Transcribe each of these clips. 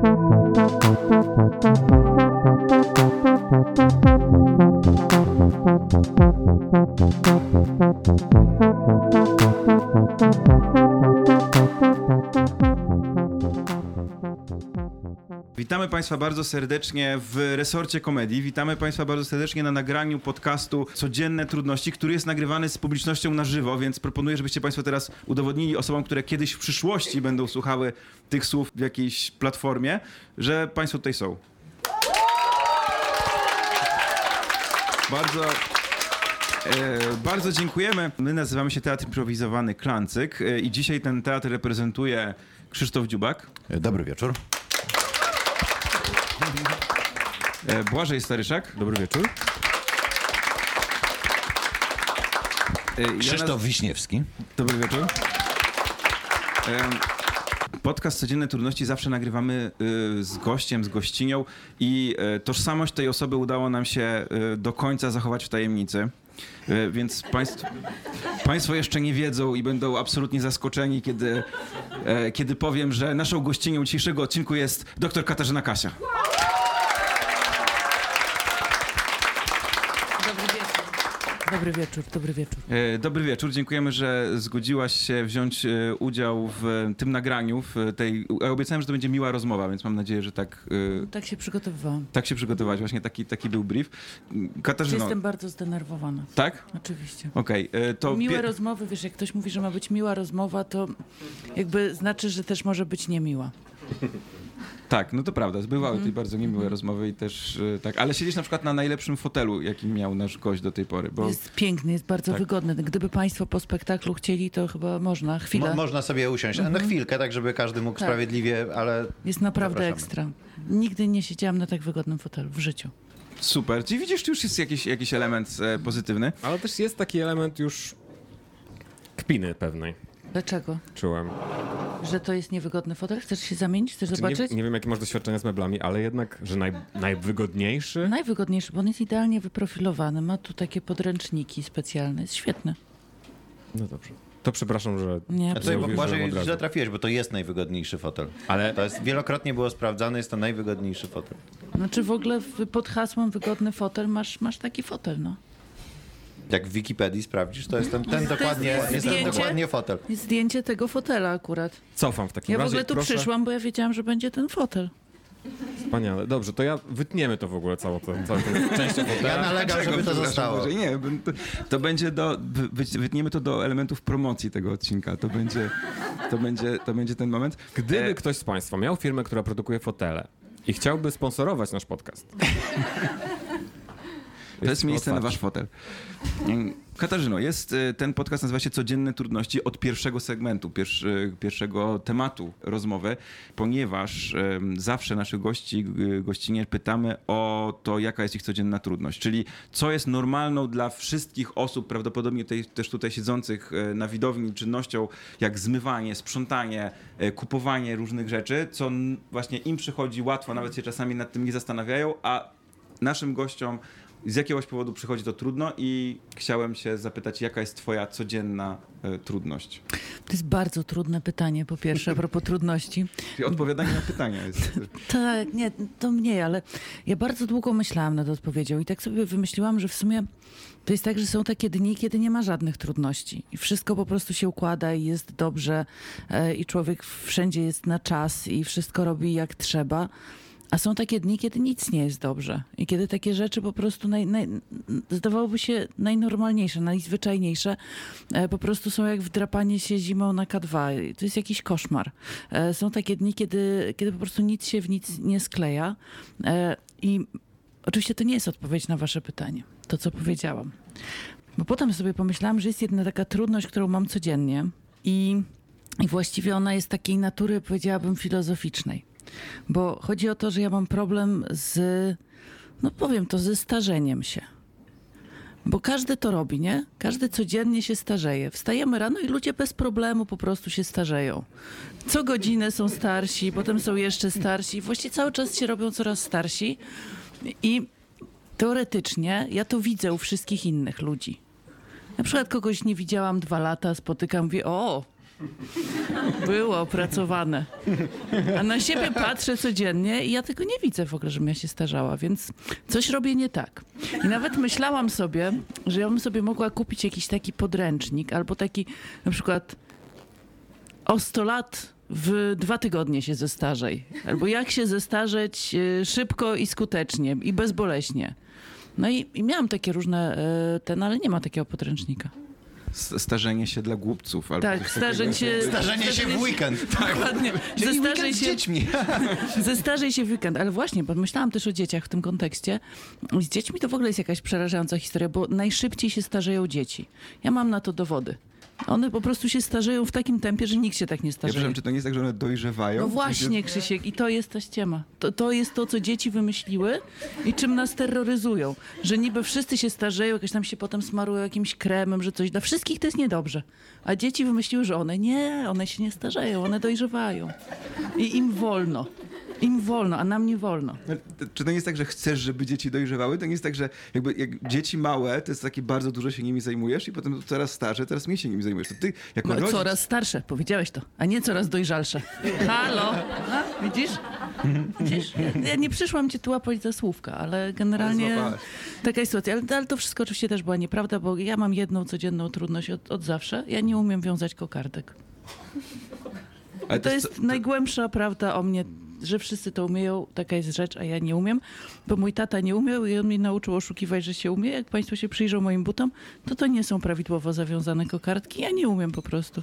Witamy Państwa bardzo serdecznie w Resorcie Komedii. Witamy Państwa bardzo serdecznie na nagraniu podcastu Codzienne Trudności, który jest nagrywany z publicznością na żywo, więc proponuję, żebyście Państwo teraz udowodnili osobom, które kiedyś w przyszłości będą słuchały tych słów w jakiejś platformie, że Państwo tutaj są. Bardzo dziękujemy. My nazywamy się Teatr Improwizowany Klancyk i dzisiaj ten teatr reprezentuje Krzysztof Dziubak. Dobry wieczór. Błażej Staryszak. Dobry wieczór. Krzysztof Wiśniewski. Dobry wieczór. Podcast Codzienne Trudności zawsze nagrywamy z gościem, z gościnią i tożsamość tej osoby udało nam się do końca zachować w tajemnicy. Więc państwo jeszcze nie wiedzą i będą absolutnie zaskoczeni, kiedy powiem, że naszą gościnią dzisiejszego odcinku jest dr Katarzyna Kasia. Dobry wieczór. Dobry wieczór, dziękujemy, że zgodziłaś się wziąć udział w tym nagraniu, ja obiecałem, że to będzie miła rozmowa, więc mam nadzieję, że tak... Tak się przygotowywałam. Tak się przygotowałaś, właśnie taki był brief. Katarzyno... Jestem bardzo zdenerwowana. Tak? Oczywiście. Okej, to... Miłe rozmowy, wiesz, jak ktoś mówi, że ma być miła rozmowa, to jakby znaczy, że też może być niemiła. Tak, no to prawda, bywały tutaj bardzo niemiłe rozmowy i też tak, ale siedzisz na przykład na najlepszym fotelu, jaki miał nasz gość do tej pory. Bo... Jest piękny, jest bardzo wygodny. Gdyby państwo po spektaklu chcieli, to chyba można, chwilę. Można sobie usiąść na chwilkę, tak żeby każdy mógł sprawiedliwie, ale... Jest naprawdę zapraszamy. ekstra. Nigdy nie siedziałam na tak wygodnym fotelu w życiu. Super, czyli widzisz, tu już jest jakiś element pozytywny. Ale też jest taki element już kpiny pewnej. Dlaczego? Czułem. Że to jest niewygodny fotel? Chcesz się zamienić? Chcesz zobaczyć? Nie wiem, jakie masz doświadczenia z meblami, ale jednak, że najwygodniejszy. Najwygodniejszy, bo on jest idealnie wyprofilowany. Ma tu takie podręczniki specjalne. Jest świetny. No dobrze. To przepraszam, że... Nie, A tutaj uwierzyłem Błażej od razu. źle trafiłeś, bo to jest najwygodniejszy fotel. Ale To jest wielokrotnie było sprawdzane, jest to najwygodniejszy fotel. Znaczy w ogóle pod hasłem wygodny fotel masz taki fotel, no. Jak w Wikipedii sprawdzisz, to jest ten dokładnie fotel. Jest zdjęcie tego fotela akurat. cofam w takim Ja w razie. ogóle tu Proszę. przyszłam, bo ja wiedziałam, że będzie ten fotel. Wspaniale. Dobrze, to wytniemy to w ogóle, całą tę część o Ja fotela. nalegam, żeby to zostało. Może nie, to będzie wytniemy to do elementów promocji tego odcinka. To będzie ten moment. Gdyby ktoś z Państwa miał firmę, która produkuje fotele i chciałby sponsorować nasz podcast... To jest miejsce na wasz fotel. Katarzyno, ten podcast nazywa się Codzienne Trudności od pierwszego segmentu, pierwszego tematu rozmowy, ponieważ zawsze naszych gościnie pytamy o to, jaka jest ich codzienna trudność, czyli co jest normalną dla wszystkich osób, prawdopodobnie też tutaj siedzących na widowni czynnością, jak zmywanie, sprzątanie, kupowanie różnych rzeczy, co właśnie im przychodzi łatwo, nawet się czasami nad tym nie zastanawiają, a naszym gościom z jakiegoś powodu przychodzi to trudno i chciałem się zapytać, jaka jest twoja codzienna trudność? To jest bardzo trudne pytanie, po pierwsze, a propos trudności. Czyli odpowiadanie na pytania jest... Tak, nie, to mniej, ale ja bardzo długo myślałam nad odpowiedzią i tak sobie wymyśliłam, że w sumie to jest tak, że są takie dni, kiedy nie ma żadnych trudności i wszystko po prostu się układa i jest dobrze i człowiek wszędzie jest na czas i wszystko robi jak trzeba. A są takie dni, kiedy nic nie jest dobrze i kiedy takie rzeczy po prostu zdawałoby się najnormalniejsze, najzwyczajniejsze, po prostu są jak wdrapanie się zimą na K2. To jest jakiś koszmar. Są takie dni, kiedy po prostu nic się w nic nie skleja i oczywiście to nie jest odpowiedź na wasze pytanie, to co powiedziałam. Bo potem sobie pomyślałam, że jest jedna taka trudność, którą mam codziennie i właściwie ona jest takiej natury, powiedziałabym, filozoficznej. Bo chodzi o to, że ja mam problem ze starzeniem się. Bo każdy to robi, nie? Każdy codziennie się starzeje. Wstajemy rano i ludzie bez problemu po prostu się starzeją. Co godzinę są starsi, potem są jeszcze starsi. Właściwie cały czas się robią coraz starsi. I teoretycznie ja to widzę u wszystkich innych ludzi. Na przykład kogoś nie widziałam 2 lata, spotykam, mówię, o, Było opracowane. A na siebie patrzę codziennie i ja tego nie widzę w ogóle, żebym ja się starzała, więc coś robię nie tak. I nawet myślałam sobie, że ja bym sobie mogła kupić jakiś taki podręcznik albo taki na przykład o 100 lat w 2 tygodnie się zestarzej. Albo jak się zestarzeć szybko i skutecznie i bezboleśnie. No i miałam takie różne ale nie ma takiego podręcznika. Starzenie się dla głupców. Albo Tak, starzenie się w weekend. Dokładnie. Czyli weekend z dziećmi. Zestarzej się w weekend. Ale właśnie, bo myślałam też o dzieciach w tym kontekście. Z dziećmi to w ogóle jest jakaś przerażająca historia, bo najszybciej się starzeją dzieci. Ja mam na to dowody. One po prostu się starzeją w takim tempie, że nikt się tak nie Ja starzeje. przepraszam, czy to nie jest tak, że one dojrzewają? No właśnie, Krzysiek, i to jest ta ściema. To jest to, co dzieci wymyśliły i czym nas terroryzują. Że niby wszyscy się starzeją, jakieś tam się potem smarują jakimś kremem, że coś. Dla wszystkich to jest niedobrze. A dzieci wymyśliły, że one się nie starzeją, one dojrzewają. I im wolno. Im wolno, a nam nie wolno. Czy to nie jest tak, że chcesz, żeby dzieci dojrzewały? To nie jest tak, że jakby jak dzieci małe, to jest takie bardzo dużo się nimi zajmujesz i potem coraz starsze, teraz mniej się nimi zajmujesz. To ty jako rodzic... Coraz starsze, powiedziałeś to, a nie coraz dojrzalsze. Halo? A, widzisz? Widzisz? Ja nie przyszłam cię tu łapać za słówka, ale generalnie Złapałaś. taka jest sytuacja. Ale to wszystko oczywiście też była nieprawda, bo ja mam jedną codzienną trudność od zawsze. Ja nie umiem wiązać kokardek. Ale To jest najgłębsza prawda o mnie, że wszyscy to umieją, taka jest rzecz, a ja nie umiem, bo mój tata nie umiał i on mnie nauczył oszukiwać, że się umie. Jak państwo się przyjrzą moim butom, to nie są prawidłowo zawiązane kokardki, ja nie umiem po prostu.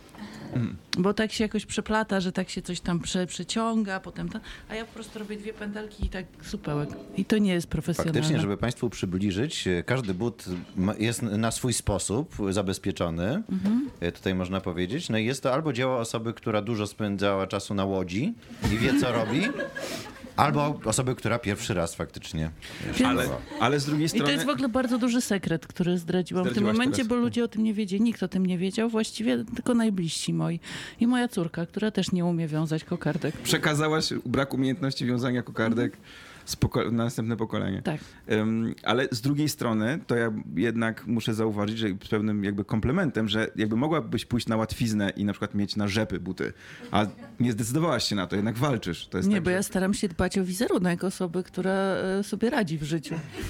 Bo tak się jakoś przeplata, że tak się coś tam przeciąga, potem a ja po prostu robię 2 pętelki i tak supełek. I to nie jest profesjonalne. Faktycznie, żeby Państwu przybliżyć, każdy but jest na swój sposób zabezpieczony, tutaj można powiedzieć. No i jest to albo dzieło osoby, która dużo spędzała czasu na łodzi i wie, co robi, albo osoby, która pierwszy raz faktycznie. Ale z drugiej I strony... to jest w ogóle bardzo duży sekret, który zdradziłam w tym Zdradziłaś momencie, teraz. bo ludzie o tym nie wiedzieli. Nikt o tym nie wiedział, właściwie tylko najbliżsi moi. I moja córka, która też nie umie wiązać kokardek. Przekazałaś brak umiejętności wiązania kokardek na następne pokolenie. Tak. Ale z drugiej strony, to ja jednak muszę zauważyć, że z pewnym jakby komplementem, że jakby mogłabyś pójść na łatwiznę i na przykład mieć na rzepy buty, a nie zdecydowałaś się na to, jednak walczysz. To jest Nie, tak, bo że... ja staram się dbać o wizerunek osoby, która sobie radzi w życiu.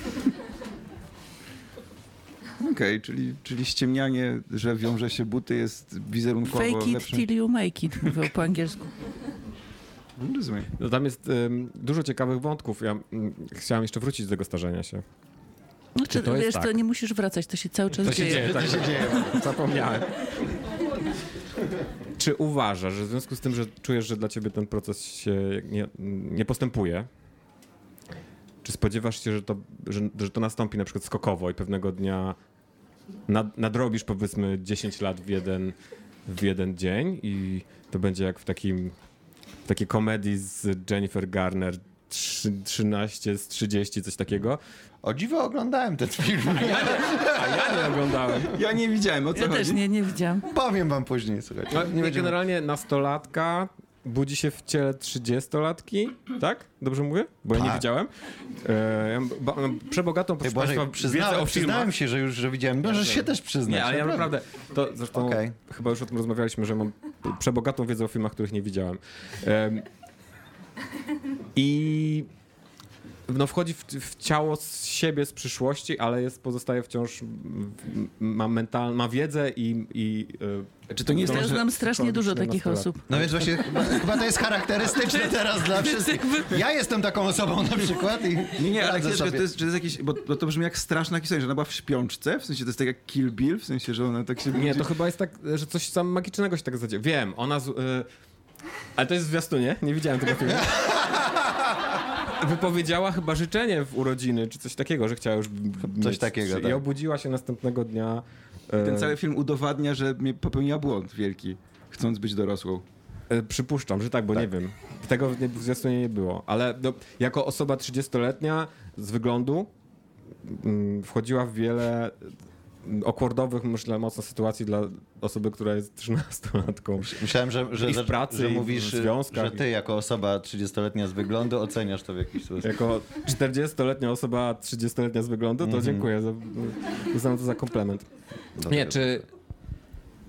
Okej, czyli ściemnianie, że wiąże się buty jest wizerunkowo Fake it lepszym. till you make it, mówią po angielsku. Rozumiem. No tam jest dużo ciekawych wątków. Ja chciałem jeszcze wrócić do tego starzenia się. Znaczy, to jest wiesz, tak? to nie musisz wracać, to się cały czas To się dzieje, tak się dzieje. Zapomniałem. Czy uważasz, że w związku z tym, że czujesz, że dla ciebie ten proces się nie postępuje, czy spodziewasz się, że to nastąpi na przykład skokowo i pewnego dnia nadrobisz powiedzmy 10 lat w jeden dzień i to będzie jak w takiej komedii z Jennifer Garner 13 z 30, coś takiego. O dziwo oglądałem ten film. A ja nie oglądałem. Ja nie widziałem, o co Ja chodzi. też nie widziałem. Powiem wam później, słuchajcie. No, Nie będziemy... generalnie nastolatka budzi się w ciele 30-latki, tak? Dobrze mówię? Bo ja nie Tak. widziałem. Mam przebogatą, proszę Błażej, państwa, wiedzę o filmach. przyznałem się, że widziałem. Możesz się też przyznać. Nie, ale ja naprawdę, to zresztą Okej. chyba już o tym rozmawialiśmy, że mam przebogatą wiedzę o filmach, których nie widziałem. I no wchodzi w ciało z siebie, z przyszłości, ale pozostaje wciąż, ma wiedzę i Czy to nie jest Ja tak, że... znam strasznie dużo takich osób. No więc właśnie chyba to jest charakterystyczne teraz dla wszystkich. Ja jestem taką osobą na przykład i Nie, ale radzę wiesz, że sobie. to jest jakiś... Bo to brzmi jak straszna historia, że ona była w śpiączce, w sensie to jest tak jak Kill Bill, w sensie, że ona tak się... nie, to chyba jest tak, że coś tam magicznego się tak zadzieje. Wiem, ona... ale to jest w zwiastunie, nie widziałem tego filmu. Wypowiedziała chyba życzenie w urodziny, czy coś takiego, że chciała już Coś takiego, I tak. obudziła się następnego dnia. Ten cały film udowadnia, że popełniła błąd wielki, chcąc być dorosłą. Przypuszczam, że tak, bo nie wiem. Tego w zwiastunie nie było. Ale jako osoba 30-letnia z wyglądu wchodziła w wiele awkwardowych, myślę, mocno sytuacji dla osoby, która jest 13-latką. Myślałem, I w pracy, że i w mówisz, związkach. że ty jako osoba 30-letnia z wyglądu oceniasz to w jakiś sposób. Jako 40-letnia osoba 30-letnia z wyglądu, to dziękuję. Uznam to za komplement. Nie, czy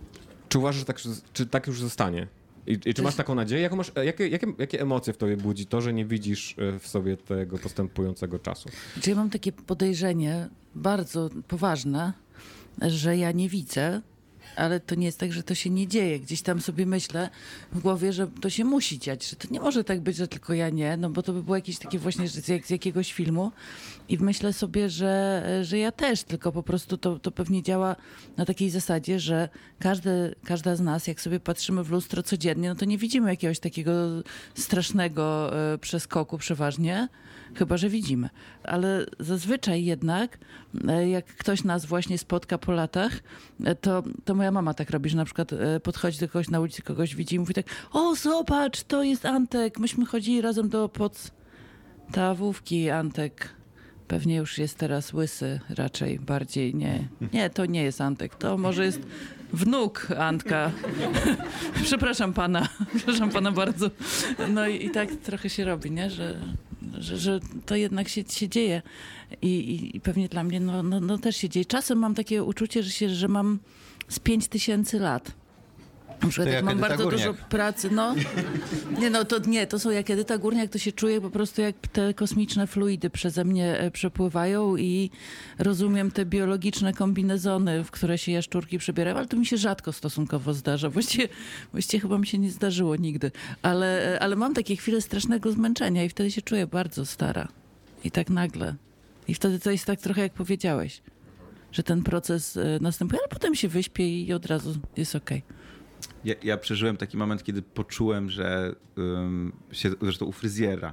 Czy uważasz, czy tak już zostanie? I czy masz taką nadzieję? Jakie emocje w tobie budzi to, że nie widzisz w sobie tego postępującego czasu? Czy ja mam takie podejrzenie bardzo poważne, że ja nie widzę, ale to nie jest tak, że to się nie dzieje. Gdzieś tam sobie myślę w głowie, że to się musi dziać, że to nie może tak być, że tylko ja nie, no bo to by było jakieś takie właśnie z jakiegoś filmu i myślę sobie, że ja też, tylko po prostu to pewnie działa na takiej zasadzie, że każda z nas, jak sobie patrzymy w lustro codziennie, no to nie widzimy jakiegoś takiego strasznego przeskoku przeważnie, chyba że widzimy. Ale zazwyczaj jednak, jak ktoś nas właśnie spotka po latach, to moja mama tak robi, że na przykład podchodzi do kogoś na ulicy, kogoś widzi i mówi tak: o, zobacz, to jest Antek. Myśmy chodzili razem do podstawówki. Antek pewnie już jest teraz łysy raczej bardziej. Nie, to nie jest Antek. To może jest wnuk Antka. Przepraszam pana bardzo. No i tak trochę się robi, nie? Że to jednak się dzieje i pewnie dla mnie no też się dzieje. Czasem mam takie uczucie, że mam z 5000 lat. Na przykład jak mam bardzo dużo pracy, to są jak Edyta Górniak, to się czuje po prostu jak te kosmiczne fluidy przeze mnie przepływają i rozumiem te biologiczne kombinezony, w które się jaszczurki przebierają, ale to mi się rzadko stosunkowo zdarza. Właściwie chyba mi się nie zdarzyło nigdy, ale mam takie chwile strasznego zmęczenia i wtedy się czuję bardzo stara. I tak nagle. I wtedy to jest tak trochę jak powiedziałeś, że ten proces następuje, ale potem się wyśpię i od razu jest okej. Ja przeżyłem taki moment, kiedy poczułem, że zresztą u fryzjera,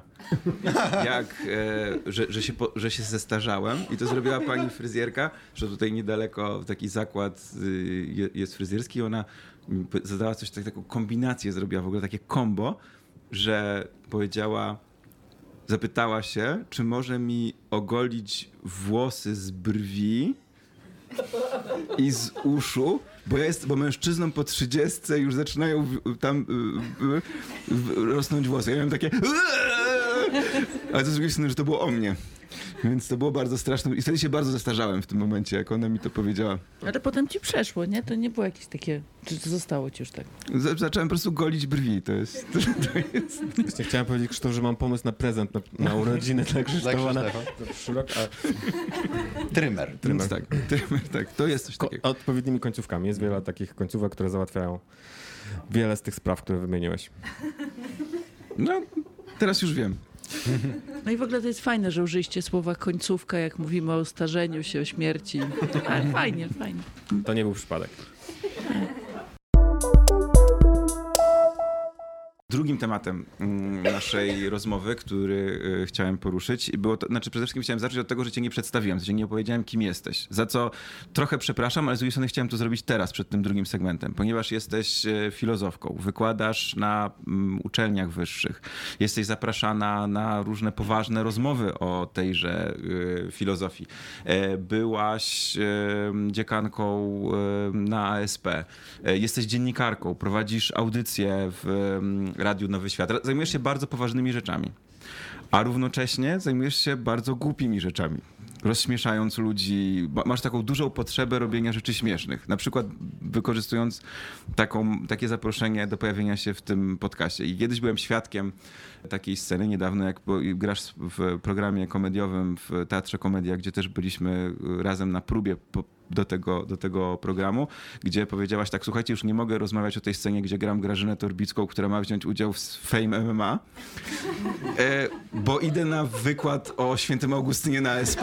że się zestarzałem i to zrobiła pani fryzjerka, że tutaj niedaleko taki zakład jest fryzjerski i ona zadała coś taką kombinację, zrobiła w ogóle takie combo, że zapytała się, czy może mi ogolić włosy z brwi i z uszu, bo mężczyznom po 30 już zaczynają tam rosnąć włosy. Ja miałem takie... Ale to z drugiej strony, że to było o mnie. Więc to było bardzo straszne. I wtedy się bardzo zestarzałem w tym momencie, jak ona mi to powiedziała. Ale potem ci przeszło, nie? To nie było jakieś takie... Czy to zostało ci już tak? Zacząłem po prostu golić brwi. To jest... Właśnie chciałem powiedzieć, Krzysztof, że mam pomysł na prezent na urodziny dla Krzysztofa. Na przyszły rok. Trymer. Tak, to jest coś takiego. Odpowiednimi końcówkami. Jest wiele takich końcówek, które załatwiają wiele z tych spraw, które wymieniłeś. No, teraz już wiem. No i w ogóle to jest fajne, że użyliście słowa końcówka, jak mówimy o starzeniu się, o śmierci. Ale fajnie. To nie był przypadek. Drugim tematem naszej rozmowy, który chciałem poruszyć, było to, przede wszystkim chciałem zacząć od tego, że cię nie przedstawiłem, że nie opowiedziałem, kim jesteś. Za co trochę przepraszam, ale z drugiej strony chciałem to zrobić teraz, przed tym drugim segmentem, ponieważ jesteś filozofką, wykładasz na uczelniach wyższych, jesteś zapraszana na różne poważne rozmowy o tejże filozofii. Byłaś dziekanką na ASP, jesteś dziennikarką, prowadzisz audycję w Radiu Nowy Świat. Zajmujesz się bardzo poważnymi rzeczami, a równocześnie zajmujesz się bardzo głupimi rzeczami. Rozśmieszając ludzi, masz taką dużą potrzebę robienia rzeczy śmiesznych. Na przykład wykorzystując takie zaproszenie do pojawienia się w tym podcaście. I kiedyś byłem świadkiem takiej sceny niedawno, jak grasz w programie komediowym w Teatrze Komedia, gdzie też byliśmy razem na próbie do tego programu, gdzie powiedziałaś tak: słuchajcie, już nie mogę rozmawiać o tej scenie, gdzie gram Grażynę Torbicką, która ma wziąć udział w Fame MMA, bo idę na wykład o Świętym Augustynie na ASP.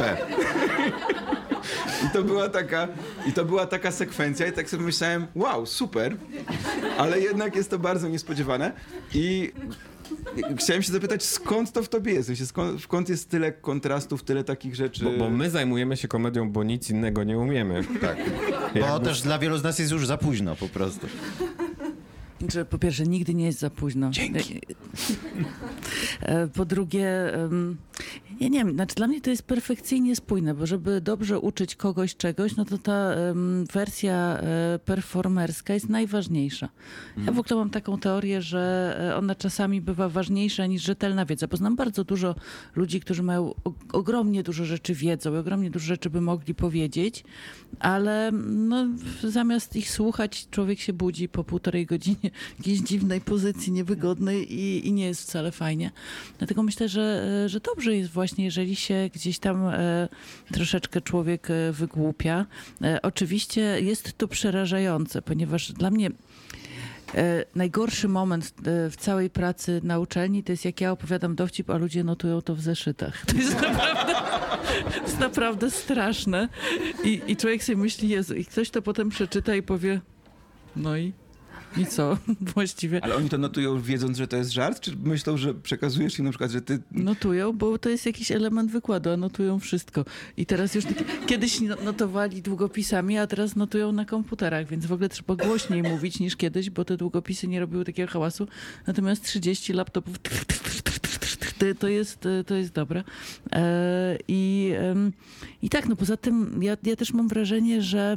I to była taka sekwencja i tak sobie myślałem: wow, super, ale jednak jest to bardzo niespodziewane i chciałem się zapytać, skąd to w tobie jest? Skąd jest tyle kontrastów, tyle takich rzeczy? Bo my zajmujemy się komedią, bo nic innego nie umiemy. Tak. Bo też dla wielu z nas jest już za późno po prostu. Że po pierwsze, nigdy nie jest za późno. Dzięki. Po drugie, Ja nie wiem, znaczy dla mnie to jest perfekcyjnie spójne, bo żeby dobrze uczyć kogoś czegoś, no to ta wersja performerska jest najważniejsza. Ja w ogóle mam taką teorię, że ona czasami bywa ważniejsza niż rzetelna wiedza, bo znam bardzo dużo ludzi, którzy mają ogromnie dużo rzeczy wiedzą i ogromnie dużo rzeczy by mogli powiedzieć, ale no, zamiast ich słuchać, człowiek się budzi po 1,5 godzinie w jakiejś dziwnej pozycji, niewygodnej i nie jest wcale fajnie. Dlatego myślę, że dobrze jest właśnie, jeżeli się gdzieś tam troszeczkę człowiek wygłupia. Oczywiście jest to przerażające, ponieważ dla mnie najgorszy moment w całej pracy na uczelni to jest, jak ja opowiadam dowcip, a ludzie notują to w zeszytach. To jest naprawdę straszne. I człowiek sobie myśli, Jezu, i ktoś to potem przeczyta i powie, no i co właściwie. Ale oni to notują wiedząc, że to jest żart, czy myślą, że przekazujesz im na przykład, że ty... Notują, bo to jest jakiś element wykładu, a notują wszystko. I teraz już kiedyś notowali długopisami, a teraz notują na komputerach, więc w ogóle trzeba głośniej mówić niż kiedyś, bo te długopisy nie robiły takiego hałasu. Natomiast 30 laptopów to jest dobre. I tak, no poza tym ja też mam wrażenie, że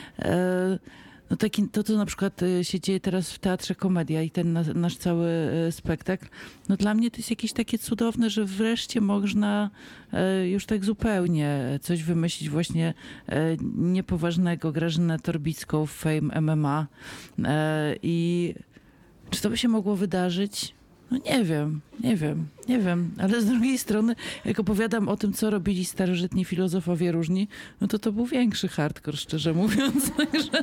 no to, co na przykład się dzieje teraz w Teatrze Komedia i ten nasz cały spektakl, no dla mnie to jest jakieś takie cudowne, że wreszcie można już tak zupełnie coś wymyślić właśnie niepoważnego. Grażynę Torbicką w Fame MMA. I czy to by się mogło wydarzyć? No nie wiem, ale z drugiej strony, jak opowiadam o tym, co robili starożytni filozofowie różni, no to był większy hardcore, szczerze mówiąc. Także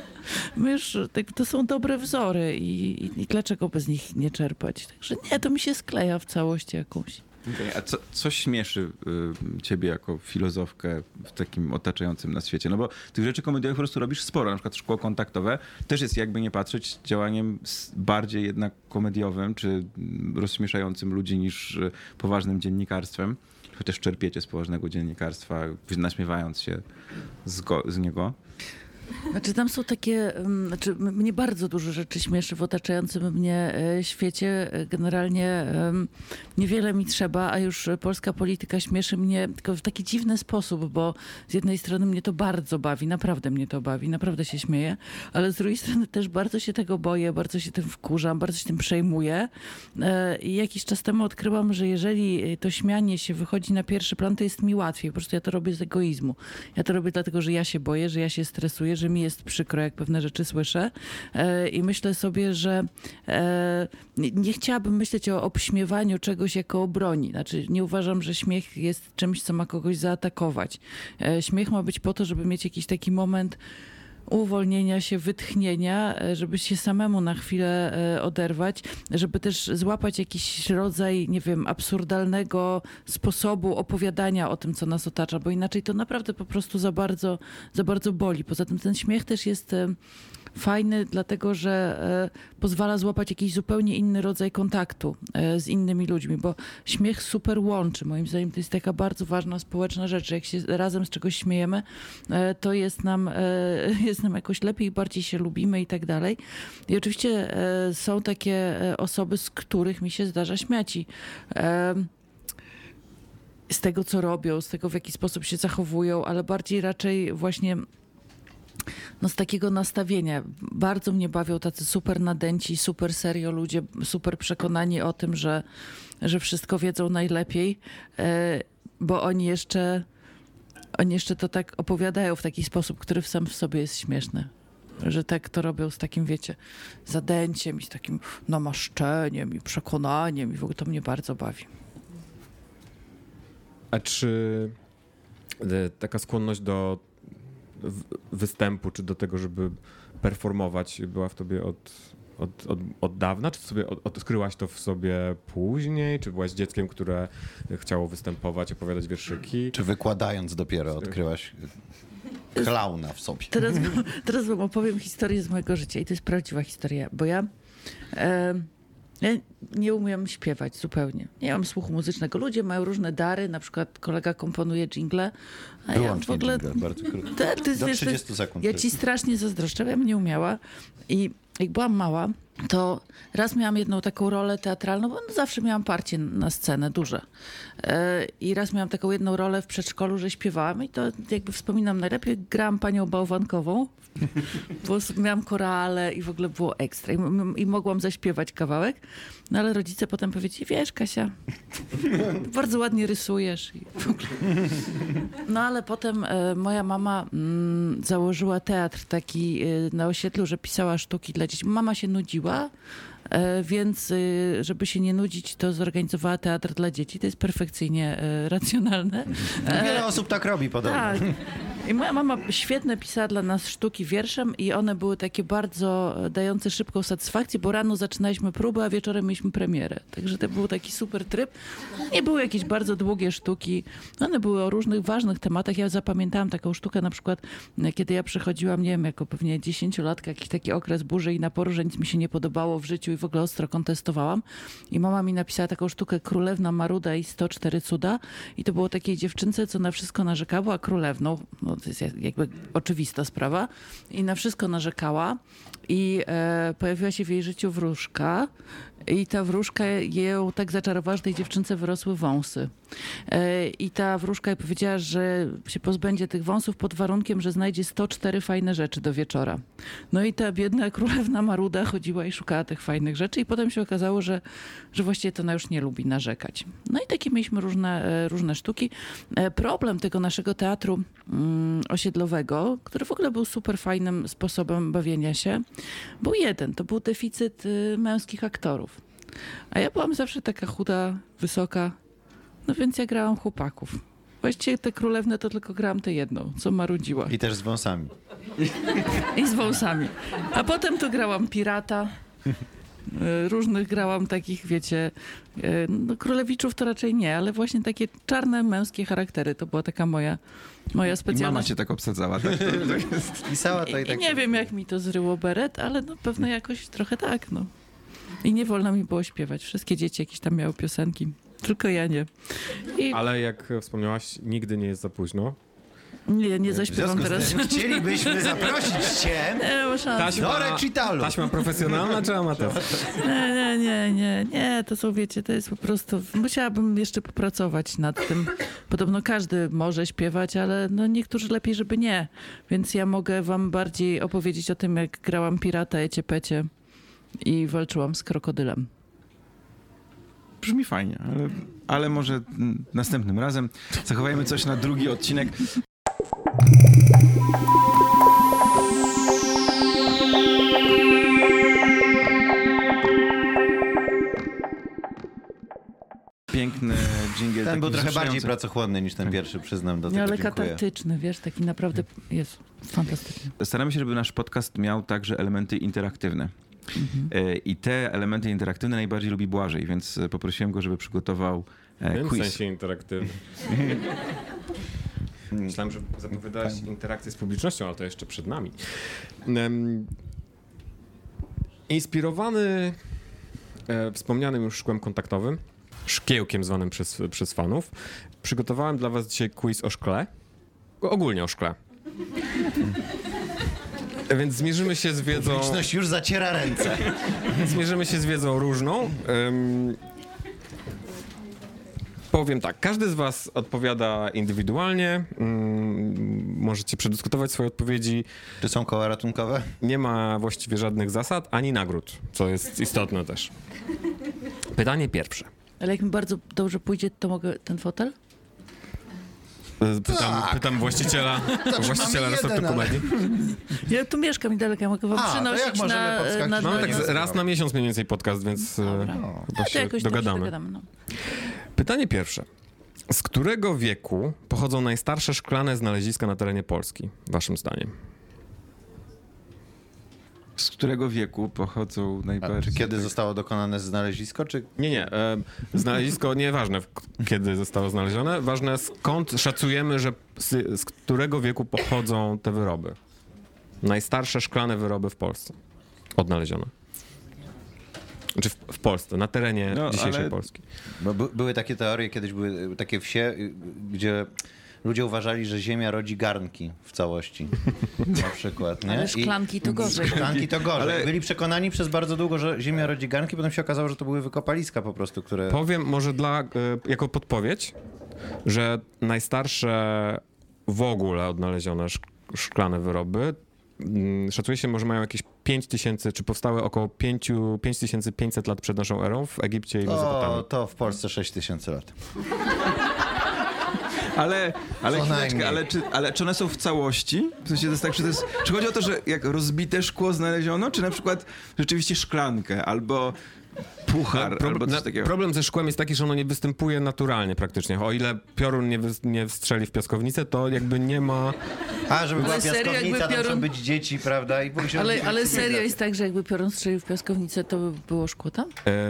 to są dobre wzory i dlaczego bez nich nie czerpać? Także nie, to mi się skleja w całości jakąś. Okay. A co śmieszy ciebie jako filozofkę w takim otaczającym nas świecie? No bo tych rzeczy komediowych po prostu robisz sporo. Na przykład Szkło kontaktowe też jest, jakby nie patrzeć, działaniem bardziej jednak komediowym czy rozśmieszającym ludzi niż poważnym dziennikarstwem. Chociaż czerpiecie z poważnego dziennikarstwa, naśmiewając się z niego. Znaczy tam są takie, mnie bardzo dużo rzeczy śmieszy w otaczającym mnie świecie. Generalnie niewiele mi trzeba, a już polska polityka śmieszy mnie tylko w taki dziwny sposób, bo z jednej strony mnie to bardzo bawi, naprawdę mnie to bawi, naprawdę się śmieję, ale z drugiej strony też bardzo się tego boję, bardzo się tym wkurzam, bardzo się tym przejmuję. I jakiś czas temu odkryłam, że jeżeli to śmianie się wychodzi na pierwszy plan, to jest mi łatwiej. Po prostu ja to robię z egoizmu. Ja to robię dlatego, że ja się boję, że ja się stresuję, że mi jest przykro, jak pewne rzeczy słyszę i myślę sobie, że nie chciałabym myśleć o obśmiewaniu czegoś jako o broni. Znaczy, nie uważam, że śmiech jest czymś, co ma kogoś zaatakować. Śmiech ma być po to, żeby mieć jakiś taki moment uwolnienia się, wytchnienia, żeby się samemu na chwilę oderwać, żeby też złapać jakiś rodzaj, nie wiem, absurdalnego sposobu opowiadania o tym, co nas otacza, bo inaczej to naprawdę po prostu za bardzo boli. Poza tym ten śmiech też jest fajny, dlatego że pozwala złapać jakiś zupełnie inny rodzaj kontaktu z innymi ludźmi, bo śmiech super łączy. Moim zdaniem to jest taka bardzo ważna społeczna rzecz, że jak się razem z czegoś śmiejemy, to jest nam jakoś lepiej, bardziej się lubimy i tak dalej. I oczywiście są takie osoby, z których mi się zdarza śmiać i z tego, co robią, z tego, w jaki sposób się zachowują, ale bardziej raczej właśnie z takiego nastawienia. Bardzo mnie bawią tacy super nadęci, super serio ludzie, super przekonani o tym, że wszystko wiedzą najlepiej, bo oni jeszcze to tak opowiadają w taki sposób, który sam w sobie jest śmieszny. Że tak to robią z takim, wiecie, zadęciem i z takim namaszczeniem i przekonaniem i w ogóle to mnie bardzo bawi. A czy taka skłonność do występu, czy do tego, żeby performować, była w tobie od dawna? Czy sobie odkryłaś to w sobie później? Czy byłaś dzieckiem, które chciało występować, opowiadać wierszyki? Czy wykładając dopiero odkryłaś klauna w sobie? Teraz wam opowiem historię z mojego życia i to jest prawdziwa historia, bo ja nie umiem śpiewać zupełnie. Nie mam słuchu muzycznego. Ludzie mają różne dary, na przykład kolega komponuje dżingle, a ja w ogóle... Dżingle, bardzo krótko. Do 30 sekund. Ja ci strasznie zazdroszczę, ja bym nie umiała. I jak byłam mała, to raz miałam jedną taką rolę teatralną, bo zawsze miałam parcie na scenę, duże. I raz miałam taką jedną rolę w przedszkolu, że śpiewałam i to jakby wspominam najlepiej, grałam panią bałwankową, bo miałam korale i w ogóle było ekstra i mogłam zaśpiewać kawałek, no ale rodzice potem powiedzieli, wiesz Kasia, bardzo ładnie rysujesz. I w ogóle. No ale potem moja mama założyła teatr taki na osiedlu, że pisała sztuki dla dzieci. Mama się nudziła, więc żeby się nie nudzić, to zorganizowała teatr dla dzieci. To jest perfekcyjnie racjonalne. Wiele osób tak robi podobno. Tak. I moja mama świetne pisała dla nas sztuki wierszem i one były takie bardzo dające szybką satysfakcję, bo rano zaczynaliśmy próbę, a wieczorem mieliśmy premierę. Także to był taki super tryb. Nie były jakieś bardzo długie sztuki. One były o różnych ważnych tematach. Ja zapamiętałam taką sztukę na przykład, kiedy ja przychodziłam, nie wiem, jako pewnie 10-latka, jakiś taki okres burzy i naporu, że nic mi się nie podobało w życiu i w ogóle ostro kontestowałam. I mama mi napisała taką sztukę Królewna Maruda i 104 cuda. I to było takiej dziewczynce, co na wszystko narzekała, była królewną. No, to jest jakby oczywista sprawa. I na wszystko narzekała. I pojawiła się w jej życiu wróżka. I ta wróżka ją tak zaczarowała, że tej dziewczynce wyrosły wąsy. I ta wróżka jej powiedziała, że się pozbędzie tych wąsów pod warunkiem, że znajdzie 104 fajne rzeczy do wieczora. No i ta biedna królewna Maruda chodziła i szukała tych fajnych rzeczy i potem się okazało, że właściwie to ona już nie lubi narzekać. No i takie mieliśmy różne sztuki. Problem tego naszego teatru osiedlowego, który w ogóle był super fajnym sposobem bawienia się, był jeden. To był deficyt męskich aktorów. A ja byłam zawsze taka chuda, wysoka, no więc ja grałam chłopaków. Właściwie tę królewne to tylko grałam tę jedną, co marudziła. I też z wąsami. I z wąsami. A potem to grałam pirata. Różnych grałam takich, wiecie, no królewiczów to raczej nie, ale właśnie takie czarne, męskie charaktery. To była taka moja I specjalność. mama cię tak obsadzała, tak? Pisała to i tak. I nie wiem, jak mi to zryło beret, ale no pewno jakoś trochę tak, no. I nie wolno mi było śpiewać. Wszystkie dzieci jakieś tam miały piosenki, tylko ja nie. Ale jak wspomniałaś, nigdy nie jest za późno. Nie W zaśpiewam związku teraz. z tym chcielibyśmy zaprosić cię Nie ma szans. do recitalu. Taśma profesjonalna czy amatorska? Nie, to są, wiecie, to jest po prostu, musiałabym jeszcze popracować nad tym. Podobno każdy może śpiewać, ale no niektórzy lepiej, żeby nie. Więc ja mogę wam bardziej opowiedzieć o tym, jak grałam pirata, ecie-pecie i walczyłam z krokodylem. Brzmi fajnie, ale może następnym razem zachowajmy coś na drugi odcinek. Piękny dżingiel. Ten był trochę bardziej wzruszający. pracochłonny niż ten pierwszy, przyznam, do Nie, tego ale dziękuję. katartyczny, wiesz, taki naprawdę jest fantastyczny. Staramy się, żeby nasz podcast miał także elementy interaktywne. I te elementy interaktywne najbardziej lubi Błażej, więc poprosiłem go, żeby przygotował W quiz. sensie interaktywny. Myślałem, że zapowiadałeś interakcję z publicznością, ale to jeszcze przed nami. Inspirowany wspomnianym już szkłem kontaktowym, szkiełkiem zwanym przez fanów, przygotowałem dla was dzisiaj quiz o szkle. Ogólnie o szkle. Więc zmierzymy się z wiedzą... Publiczność już zaciera ręce. Zmierzymy się z wiedzą różną. Powiem tak, każdy z was odpowiada indywidualnie. Możecie przedyskutować swoje odpowiedzi. Czy są koła ratunkowe? Nie ma właściwie żadnych zasad, ani nagród, co jest istotne też. Pytanie pierwsze. Ale jak mi bardzo dobrze pójdzie, to mogę ten fotel? Pytam właściciela resortu jeden, ale- komedii. Ja tu mieszkam niedaleko, ja mogę wam A, to przynosić jak możemy na podskakiwać? na Mamy No, tak nie. raz na miesiąc mniej więcej podcast, więc chyba to się jakoś tam dogadamy. no. Pytanie pierwsze. Z którego wieku pochodzą najstarsze szklane znaleziska na terenie Polski, waszym zdaniem? Z którego wieku pochodzą A, najbardziej... czy kiedy zostało dokonane znalezisko, czy... Nie. Znalezisko nieważne, kiedy zostało znalezione. Ważne, skąd szacujemy, że z którego wieku pochodzą te wyroby. Najstarsze szklane wyroby w Polsce odnalezione. Znaczy w Polsce, na terenie No, dzisiejszej ale- Polski. Bo były takie teorie, kiedyś były takie wsie, gdzie ludzie uważali, że Ziemia rodzi garnki w całości. Na przykład, nie? Ale szklanki to gorzej. Szklanki to gorzej. Ale- Byli przekonani przez bardzo długo, że Ziemia rodzi garnki, potem się okazało, że to były wykopaliska po prostu, które... Powiem może jako podpowiedź, że najstarsze w ogóle odnalezione szklane wyroby szacuje się, może mają jakieś 5000, czy powstały około 5500 lat przed naszą erą w Egipcie i Mezopotamii. To w Polsce 6000 lat. Ale Co chwileczkę, najmniej. ale czy one są w całości? W sensie to jest tak, czy chodzi o to, że jak rozbite szkło znaleziono, czy na przykład rzeczywiście szklankę, albo puchar, albo coś takiego? Problem ze szkłem jest taki, że ono nie występuje naturalnie praktycznie. O ile piorun nie strzeli w piaskownicę, to jakby nie ma... A, żeby była Ale serio, piaskownica, jakby to muszą piorun- być dzieci, prawda? I Ale serio jest tak, że jakby piorun strzelił w piaskownicę, to by było szkło tam?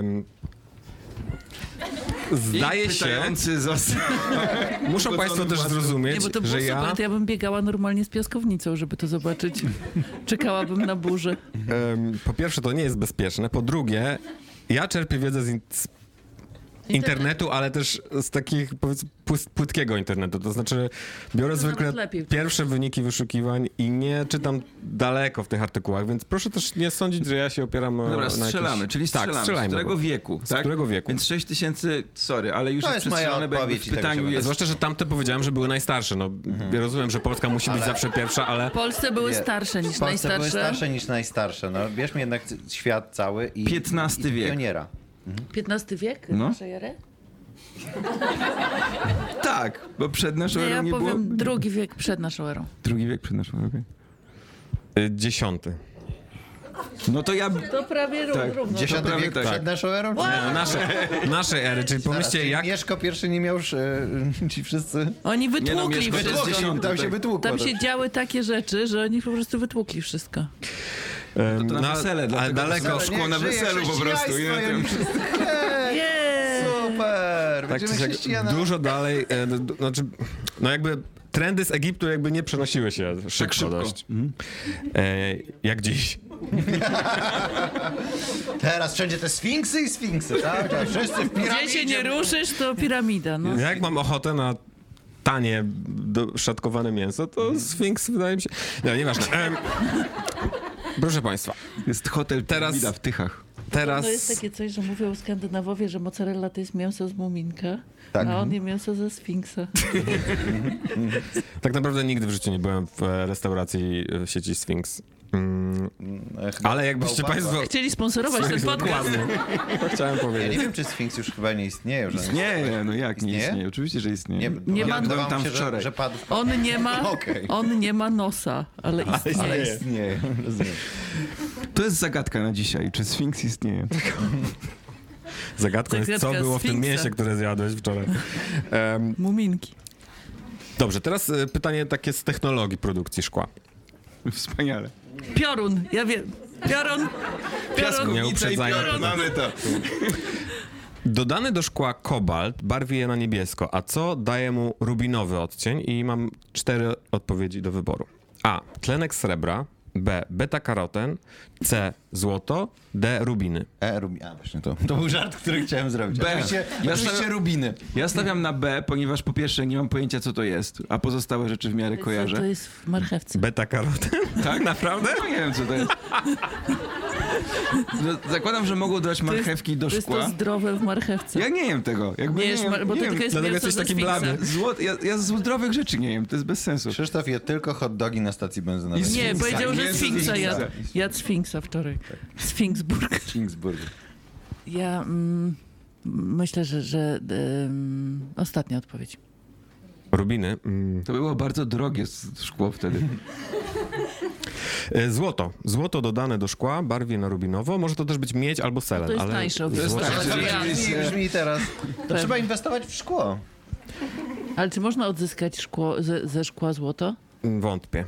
Zdaje I się, pytający został. muszą państwo też Nie, zrozumieć, bo to było że super, to ja bym biegała normalnie z piaskownicą, żeby to zobaczyć. Czekałabym na burzę. po pierwsze, to nie jest bezpieczne. Po drugie, ja czerpię wiedzę z internetu, ale też z takich, powiedzmy, płytkiego internetu. To znaczy, biorę To zwykle nawet lepiej. pierwsze wyniki wyszukiwań i nie czytam daleko w tych artykułach, więc proszę też nie sądzić, że ja się opieram Dobra, na strzelamy, jakiś... czyli strzelamy. Tak, Z strzelajmy. którego wieku? Z którego wieku? Więc 6000, sorry, ale już To jest jest moja przestrzelone, bo jakby odpowiedź w i tego się pytaniu będę- jest... Zwłaszcza, że tamte powiedziałem, że były najstarsze. No, ja rozumiem, że Polska musi być zawsze pierwsza, ale... W Polsce były Nie. starsze niż W Polsce były najstarsze. starsze niż najstarsze. No, bierzmy jednak świat cały i... XV i wiek. pioniera. XV wiek No. naszej ery? Tak, bo przed naszą Nie, erą ja nie powiem było... drugi wiek przed naszą erą. Drugi wiek przed naszą erą, okej. 10. No to ja... To prawie Tak. równo. 10 prawie wiek tak. przed naszą erą? Naszej ery, czyli pomyślcie, jak... Mieszko pierwszy nie miał ci wszyscy... Oni wytłukli Mieszko to jest wszystko. 10, Tam się tak. wytłukło. Tam to się działy takie rzeczy, że oni po prostu wytłukli wszystko. To na wesele, ale dlatego daleko... to szkło na Niech żyje weselu po prostu. chrześcijaństwo, Nie? i oni wszyscy, hej, super! Tak, Będziemy czy siak, chrześcijanami. dużo dalej, znaczy, no jakby trendy z Egiptu jakby nie przenosiły się szybko, szybko. dość. Jak dziś. Teraz wszędzie te sfinksy i sfinksy, tak? Tak, wszyscy w Gdzie piramidzie. się nie ruszysz, to piramida. No. Jak mam ochotę na tanie, szatkowane mięso, to Sfinks wydaje mi się... No, nieważne. Proszę państwa, Jest hotel Teraz- Piramida w Tychach. teraz... To jest takie coś, że mówią Skandynawowie, że mozzarella to jest mięso z muminka, Tak. a on je mięso ze sfinksa. Tak naprawdę nigdy w życiu nie byłem w restauracji w sieci Sphinx. Ale jakbyście państwo... Chcieli sponsorować ten podcast. Dokładnie. To chciałem Ja powiedzieć. nie wiem, czy Sfinks już chyba nie istnieje. Że Nie, no jak nie Istnieje? istnieje? Oczywiście, że istnieje. Nie ma- wydawało mi tam się, wczoraj. że padł w... Okej. On nie ma nosa, ale istnieje. Ale istnieje, rozumiem. To jest zagadka na dzisiaj, czy Sfinks istnieje. Zagadką jest, co Zagadka było w tym Sfinksa. mięsie, które zjadłeś wczoraj. Muminki. Dobrze, teraz pytanie takie z technologii produkcji szkła. Wspaniale. Piorun, ja wiem. Piorun. Nie uprzedzajmy pytań. mamy to. Dodany do szkła kobalt barwi je na niebiesko, a co daje mu rubinowy odcień? I mam 4 odpowiedzi do wyboru. A. Tlenek srebra. B. Beta-karoten. C. Złoto. D. Rubiny. Właśnie to. To był żart, który chciałem zrobić. B. Oczywiście rubiny. Ja stawiam na B, ponieważ po pierwsze nie mam pojęcia, co to jest, a pozostałe rzeczy w miarę To kojarzę. jest w marchewce. Beta-karoten? Tak? Naprawdę? No nie wiem, co to jest. No, zakładam, że mogą dodać marchewki do To jest szkła. to zdrowe w marchewce. Ja nie jem tego. Jakby Nie nie jesz, jem, bo to nie tylko jem. jest Dlatego mięso jesteś ze taki sfinksa. blady. Ja zdrowych rzeczy nie jem, to jest bez sensu. Krzysztof je tylko hot dogi na stacji benzynowej. I Nie, Sfinksa. powiedział, że Mięso sfinksa ze jadł. sfinksa. Jadł sfinksa wczoraj. Sfinksburger. Kingsburg. Ja myślę, że ostatnia odpowiedź. Rubiny. To było bardzo drogie szkło wtedy. Złoto. Złoto dodane do szkła barwi na rubinowo. Może to też być miedź albo selen. To jest ale tańsze. To jest złoto- tańsze. Brzmi teraz. To trzeba inwestować w szkło. Ale czy można odzyskać szkło, ze szkła złoto? Wątpię.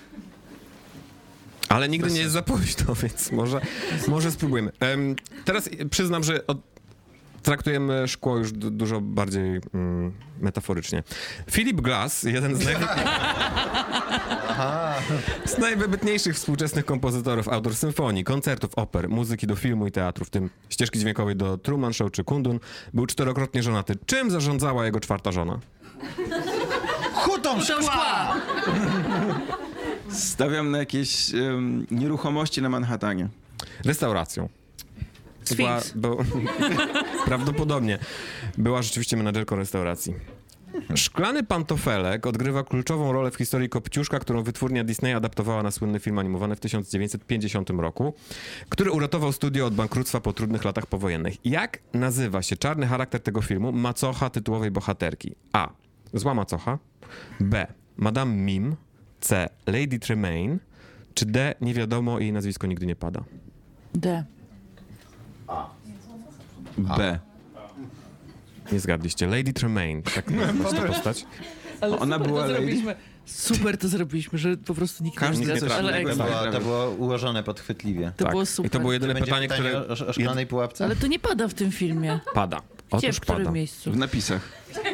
Ale nigdy nie jest za późno, więc może spróbujemy. Teraz przyznam, że traktujemy szkło już dużo bardziej metaforycznie. Philip Glass, jeden z najwybitniejszych współczesnych kompozytorów, autor symfonii, koncertów, oper, muzyki do filmu i teatru, w tym ścieżki dźwiękowej do Truman Show czy Kundun, był 4-krotnie żonaty. Czym zarządzała jego 4. żona? Hutą szkła! Stawiam na jakieś nieruchomości na Manhattanie. Restauracją. Sphinx. Prawdopodobnie była rzeczywiście menadżerką restauracji. Szklany pantofelek odgrywa kluczową rolę w historii Kopciuszka, którą wytwórnia Disney adaptowała na słynny film animowany w 1950 roku, który uratował studio od bankructwa po trudnych latach powojennych. Jak nazywa się czarny charakter tego filmu, macocha tytułowej bohaterki? A. Zła macocha. B. Madame Mim. C. Lady Tremaine. Czy D. Nie wiadomo i jej nazwisko nigdy nie pada. D. B. Nie zgadliście. Lady Tremaine. Tak nazywa się ta postać. Ale Ona super była to lady? zrobiliśmy. Super to zrobiliśmy, że po prostu nikt Każdy nie coś zgadł, ale innego ekstra. To było ułożone podchwytliwie. To Tak. było I super. to było jedyne Będzie pytanie, które o szklanej pułapce? Ale to nie pada w tym filmie. pada. Gdzie, Otóż w którym pada. miejscu? W napisach.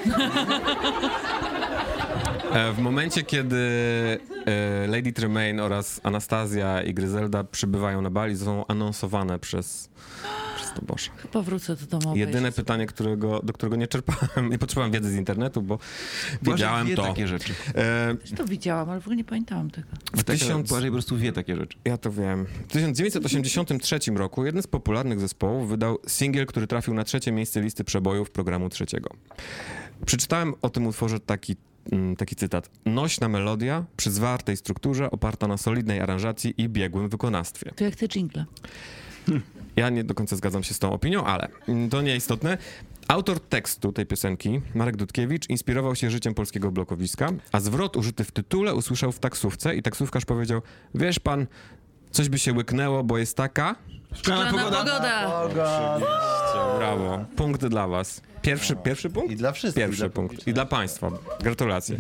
W momencie, kiedy Lady Tremaine oraz Anastazja i Gryzelda przybywają na bali, są anonsowane przez to Boże. Chyba wrócę do domu. Jedyne pytanie, do którego nie czerpałem, nie potrzebowałem wiedzy z internetu, bo wiedziałem wie to. takie rzeczy. To widziałam, ale w ogóle nie pamiętałam tego. Błażej po prostu wie takie rzeczy. Ja to wiem. W 1983 roku jeden z popularnych zespołów wydał singiel, który trafił na 3. miejsce listy przebojów programu 3. Przeczytałem o tym utworze taki cytat. Nośna melodia przy zwartej strukturze, oparta na solidnej aranżacji i biegłym wykonawstwie. To jak te dżingle. Ja nie do końca zgadzam się z tą opinią, ale to nieistotne. Autor tekstu tej piosenki, Marek Dudkiewicz, inspirował się życiem polskiego blokowiska, a zwrot użyty w tytule usłyszał w taksówce i taksówkarz powiedział: wiesz pan, coś by się łyknęło, bo jest taka... Szklana pogoda. Brawo. Punkt dla was. Pierwszy punkt? I dla wszystkich. Pierwszy dla punkt. I dla państwa. Gratulacje.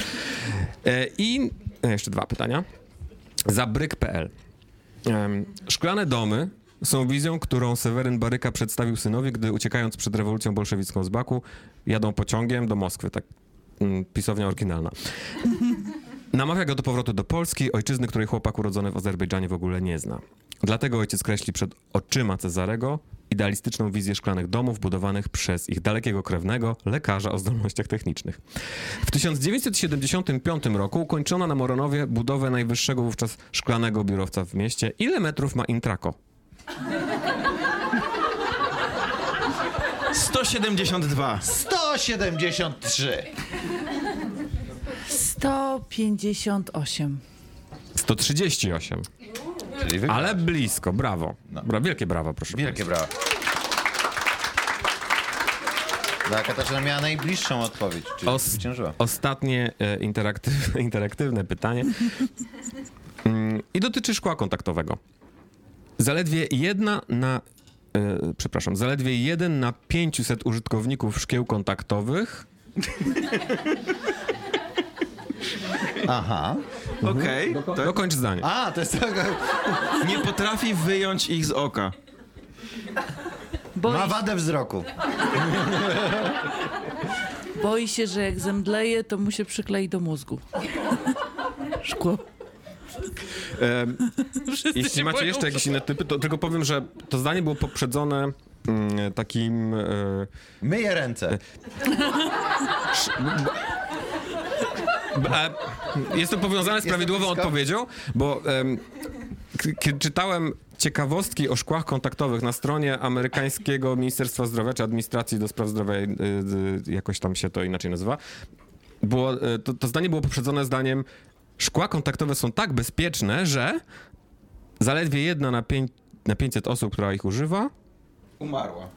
I jeszcze 2 pytania. Zabryk.pl. Szklane domy są wizją, którą Seweryn Baryka przedstawił synowi, gdy uciekając przed rewolucją bolszewicką z Baku, jadą pociągiem do Moskwy. Tak, pisownia oryginalna. Namawia go do powrotu do Polski, ojczyzny, której chłopak urodzony w Azerbejdżanie w ogóle nie zna. Dlatego ojciec kreśli przed oczyma Cezarego idealistyczną wizję szklanych domów budowanych przez ich dalekiego krewnego, lekarza o zdolnościach technicznych. W 1975 roku ukończono na Moronowie budowę najwyższego wówczas szklanego biurowca w mieście. Ile metrów ma Intraco? 172. 173! 158. 138. Czyli Ale blisko, brawo. Wielkie brawa, proszę Wielkie brawa. Katarzyna miała najbliższą odpowiedź, czyli zwyciężyła. Ostatnie interaktywne pytanie i dotyczy szkła kontaktowego. Zaledwie 1 na 500 użytkowników szkieł kontaktowych Aha. Okej. dokończ zdanie. A, to jest tak. Nie potrafi wyjąć ich z oka. Ma wadę wzroku. Boi się, że jak zemdleje, to mu się przyklei do mózgu. Szkło. Jeśli macie jeszcze jakieś inne typy, to tylko powiem, że to zdanie było poprzedzone takim... Myję ręce. Jest to powiązane z prawidłową blisko? odpowiedzią, bo kiedy czytałem ciekawostki o szkłach kontaktowych na stronie amerykańskiego Ministerstwa Zdrowia, czy Administracji do Spraw Zdrowia, jakoś tam się to inaczej nazywa, to zdanie było poprzedzone zdaniem: szkła kontaktowe są tak bezpieczne, że zaledwie 1 na 500 osób, która ich używa, Umarła.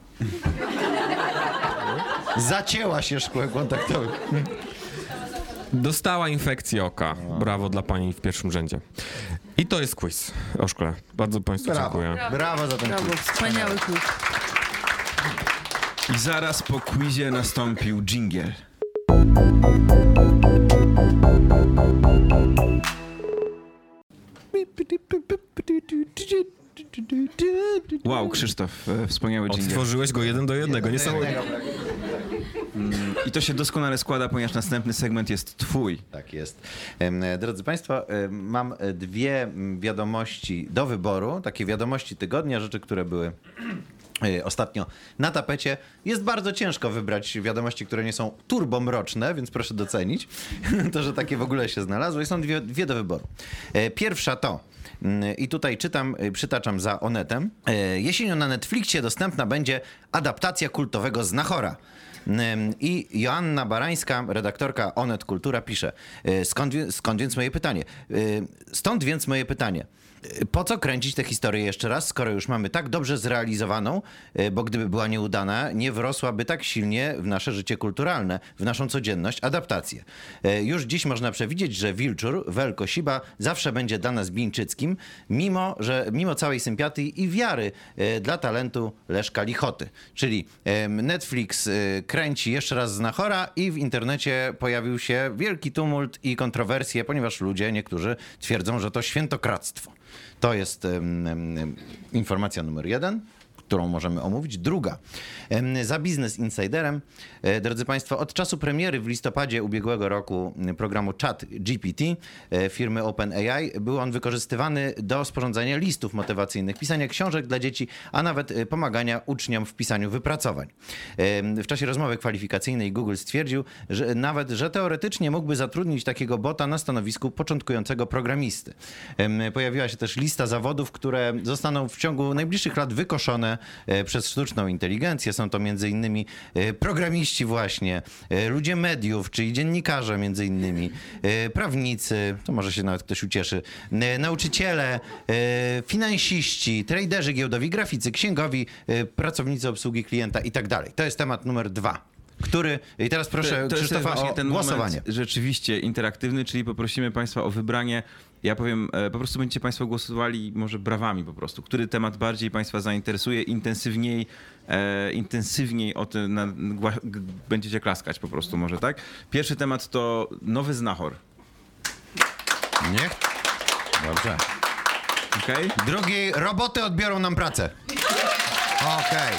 Zacięła się szkłem kontaktowym. dostała infekcji oka. Brawo dla pani w pierwszym rzędzie. I to jest quiz o szkle. Bardzo państwu dziękuję. Brawo za ten Brawo, quiz. wspaniały quiz. I zaraz po quizie nastąpił dżingiel. Wow, Krzysztof, wspaniały dżingiel. Odtworzyłeś go 1 do 1. Niesamowite. I to się doskonale składa, ponieważ następny segment jest twój. Tak jest. Drodzy Państwo, mam 2 wiadomości do wyboru, takie wiadomości tygodnia, rzeczy, które były ostatnio na tapecie. Jest bardzo ciężko wybrać wiadomości, które nie są turbomroczne, więc proszę docenić to, że takie w ogóle się znalazły. Są dwie do wyboru. Pierwsza to, i tutaj przytaczam za Onetem, jesienią na Netflixie dostępna będzie adaptacja kultowego Znachora. I Joanna Barańska, redaktorka Onet Kultura, pisze, stąd więc moje pytanie. Po co kręcić tę historię jeszcze raz, skoro już mamy tak dobrze zrealizowaną, bo gdyby była nieudana, nie wrosłaby tak silnie w nasze życie kulturalne, w naszą codzienność, adaptację. Już dziś można przewidzieć, że Wilczur, Wel Kosiba zawsze będzie dla nas Bińczyckim, mimo całej sympatii i wiary dla talentu Leszka Lichoty. Czyli Netflix kręci jeszcze raz Znachora i w internecie pojawił się wielki tumult i kontrowersje, ponieważ ludzie, niektórzy twierdzą, że to świętokradztwo. To jest informacja numer 1, którą możemy omówić. Druga, za Business Insiderem, drodzy Państwo, od czasu premiery w listopadzie ubiegłego roku programu ChatGPT firmy OpenAI był on wykorzystywany do sporządzania listów motywacyjnych, pisania książek dla dzieci, a nawet pomagania uczniom w pisaniu wypracowań. W czasie rozmowy kwalifikacyjnej Google stwierdził, że teoretycznie mógłby zatrudnić takiego bota na stanowisku początkującego programisty. Pojawiła się też lista zawodów, które zostaną w ciągu najbliższych lat wykoszone przez sztuczną inteligencję. Są to m.in. programiści właśnie, ludzie mediów, czyli dziennikarze m.in., prawnicy, to może się nawet ktoś ucieszy, nauczyciele, finansiści, traderzy giełdowi, graficy, księgowi, pracownicy obsługi klienta i tak dalej. To jest temat numer 2. I teraz proszę Krzysztofa o ten głosowanie. Moment rzeczywiście interaktywny, czyli poprosimy Państwa o wybranie. Ja powiem, po prostu będziecie Państwo głosowali może brawami po prostu. Który temat bardziej Państwa zainteresuje, intensywniej o tym będziecie klaskać po prostu może, tak? Pierwszy temat to nowy Znachor. Niech. Dobrze. Okay? Drugi, roboty odbiorą nam pracę. Okej.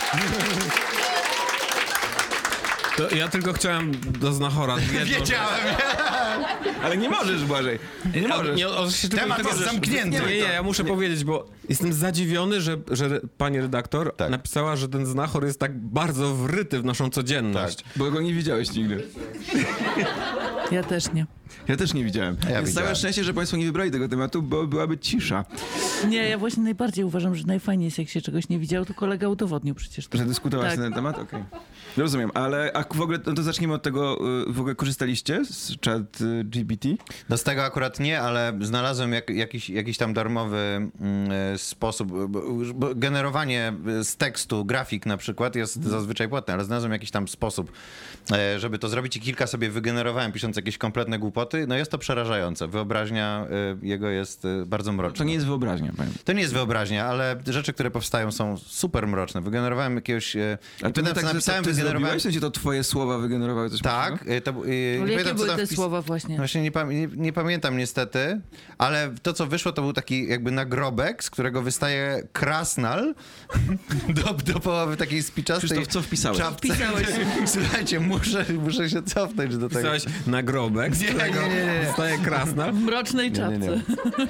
To ja tylko chciałem do Znachora. Wiedziałem. Ale nie możesz, Błażej. Nie możesz. Temat jest zamknięty. Nie, ja muszę powiedzieć, bo jestem zadziwiony, że pani redaktor napisała, że ten Znachor jest tak bardzo wryty w naszą codzienność. Tak. Bo go nie widziałeś nigdy. Ja też nie. Ja też nie widziałem. Jest całe szczęście, że Państwo nie wybrali tego tematu, bo byłaby cisza. Nie, ja właśnie najbardziej uważam, że najfajniej jest, jak się czegoś nie widział, to kolega udowodnił przecież. Że dyskutować na ten temat? Okej. Rozumiem, ale w ogóle, no to zacznijmy od tego, w ogóle korzystaliście z ChatGPT? No z tego akurat nie, ale znalazłem jakiś tam darmowy sposób, bo generowanie z tekstu, grafik na przykład jest zazwyczaj płatne, ale znalazłem jakiś tam sposób, żeby to zrobić i kilka sobie wygenerowałem, pisząc jakieś kompletne głupoty. No jest to przerażające. Wyobraźnia jego jest bardzo mroczna. To nie jest wyobraźnia, powiem. To nie jest wyobraźnia, ale rzeczy, które powstają, są super mroczne. Wygenerowałem jakiegoś... A to tak, napisałem, ty wygenerowałem... W sensie to twoje słowa wygenerowały coś? Tak. Ale jakie były te słowa właśnie? Właśnie nie pamiętam niestety, ale to, co wyszło, to był taki jakby nagrobek, z którego wystaje krasnal do połowy takiej spiczastej. Krzysztof, co wpisałeś? Wpisałeś. Słuchajcie, muszę się cofnąć do tego. Wpisałeś nagrobek, z którego wystaje krasnal? W mrocznej czapce.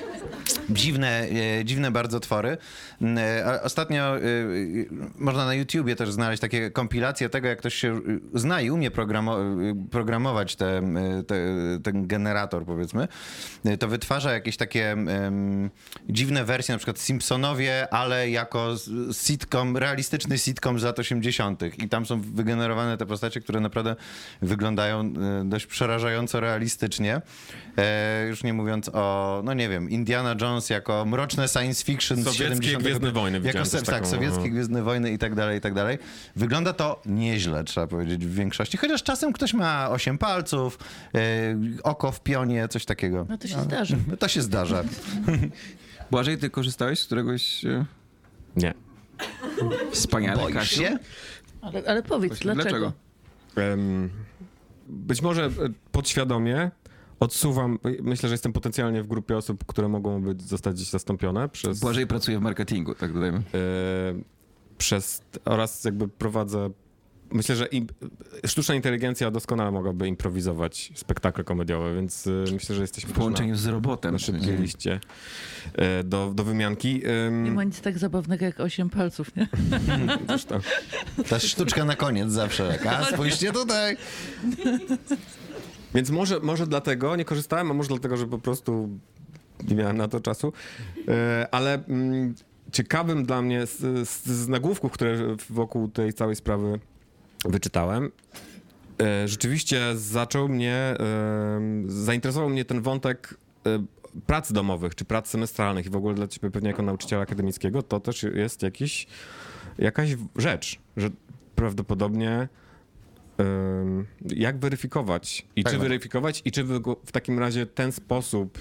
Dziwne bardzo twory. Ostatnio można na YouTubie też znaleźć takie kompilacje tego, jak ktoś się zna i umie programować ten generator, powiedzmy, to wytwarza jakieś takie dziwne wersje, na przykład Simpsonowie, ale jako realistyczny sitcom z lat 80. I tam są wygenerowane te postacie, które naprawdę wyglądają dość przerażająco realistycznie. Już nie mówiąc o, no nie wiem, Indiana Jones jako mroczne science fiction z 70. Gwiezdne Wojny. Tak, sowieckie Gwiezdne Wojny i tak dalej, i tak dalej. Wygląda to nieźle, trzeba powiedzieć, w większości. Chociaż czasem ktoś ma 8 palców, oko w pionie, coś takiego. No to się zdarza. To się zdarza. Błażej, ty korzystałeś z któregoś... Nie. Wspaniale, Boisz się? Ale powiedz, dlaczego? Być może podświadomie odsuwam, myślę, że jestem potencjalnie w grupie osób, które mogą zostać zastąpione przez... Błażej pracuje w marketingu, tak dodajmy. Oraz jakby prowadzę myślę, że sztuczna inteligencja doskonale mogłaby improwizować spektakle komediowe, więc myślę, że jesteśmy W połączeniu z robotem. na szybkiej liście do wymianki. Nie ma nic tak zabawnego jak 8 palców, nie? Zresztą. Ta sztuczka na koniec zawsze. Spójrzcie tutaj. Więc może dlatego nie korzystałem, a może dlatego, że po prostu nie miałem na to czasu. Ale ciekawym dla mnie z nagłówków, które wokół tej całej sprawy wyczytałem, rzeczywiście zainteresował mnie ten wątek prac domowych, czy prac semestralnych i w ogóle dla ciebie pewnie jako nauczyciela akademickiego to też jest jakaś rzecz, że prawdopodobnie jak weryfikować i Tak, czy weryfikować i czy w takim razie ten sposób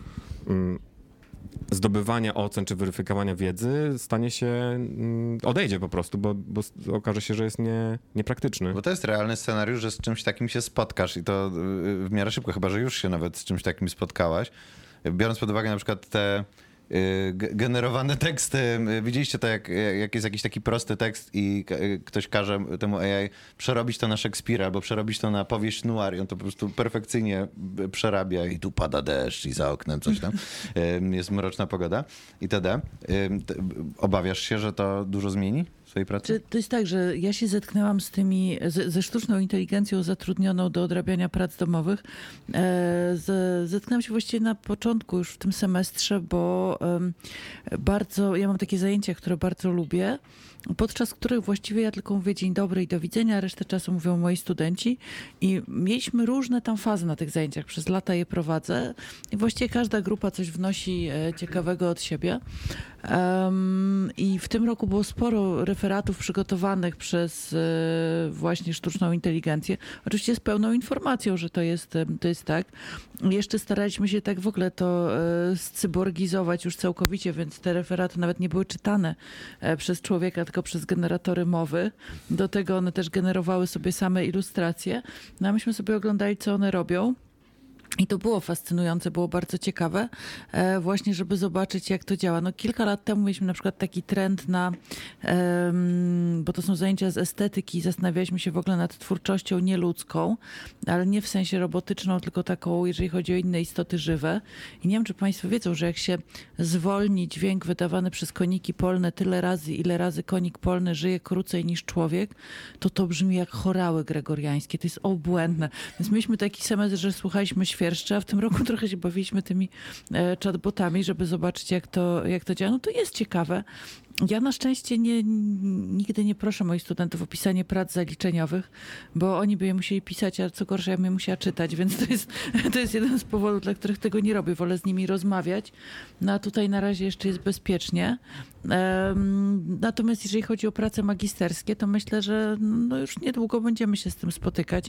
zdobywania ocen czy weryfikowania wiedzy odejdzie po prostu, bo okaże się, że jest niepraktyczny. Bo to jest realny scenariusz, że z czymś takim się spotkasz i to w miarę szybko, chyba że już się nawet z czymś takim spotkałaś. Biorąc pod uwagę na przykład te generowane teksty. Widzieliście to, jak jest jakiś taki prosty tekst i ktoś każe temu AI przerobić to na Szekspira albo przerobić to na powieść noir i on to po prostu perfekcyjnie przerabia i tu pada deszcz i za oknem coś tam. Jest mroczna pogoda itd. Obawiasz się, że to dużo zmieni w swojej pracy? To jest tak, że ja się zetknęłam ze sztuczną inteligencją zatrudnioną do odrabiania prac domowych. Zetknęłam się właściwie na początku już w tym semestrze, bo ja mam takie zajęcia, które bardzo lubię, podczas których właściwie ja tylko mówię dzień dobry i do widzenia, a resztę czasu mówią moi studenci i mieliśmy różne tam fazy na tych zajęciach. Przez lata je prowadzę i właściwie każda grupa coś wnosi ciekawego od siebie. I w tym roku było sporo referatów przygotowanych przez właśnie sztuczną inteligencję. Oczywiście z pełną informacją, że to jest tak. Jeszcze staraliśmy się tak w ogóle to scyborgizować już całkowicie, więc te referaty nawet nie były czytane przez człowieka, tylko przez generatory mowy. Do tego one też generowały sobie same ilustracje. No a myśmy sobie oglądali, co one robią. I to było fascynujące, było bardzo ciekawe, właśnie żeby zobaczyć, jak to działa. No, kilka lat temu mieliśmy na przykład taki trend bo to są zajęcia z estetyki, zastanawialiśmy się w ogóle nad twórczością nieludzką, ale nie w sensie robotyczną, tylko taką, jeżeli chodzi o inne istoty żywe. I nie wiem, czy państwo wiedzą, że jak się zwolni dźwięk wydawany przez koniki polne tyle razy, ile razy konik polny żyje krócej niż człowiek, to brzmi jak chorały gregoriańskie. To jest obłędne. Więc mieliśmy taki semestr, że słuchaliśmy świerszcze, a w tym roku trochę się bawiliśmy tymi chatbotami, żeby zobaczyć, jak to działa. No to jest ciekawe. Ja na szczęście nigdy nie proszę moich studentów o pisanie prac zaliczeniowych, bo oni by je musieli pisać, a co gorsza, ja bym je musiała czytać, więc to jest jeden z powodów, dla których tego nie robię. Wolę z nimi rozmawiać. No a tutaj na razie jeszcze jest bezpiecznie. Natomiast jeżeli chodzi o prace magisterskie, to myślę, że no już niedługo będziemy się z tym spotykać.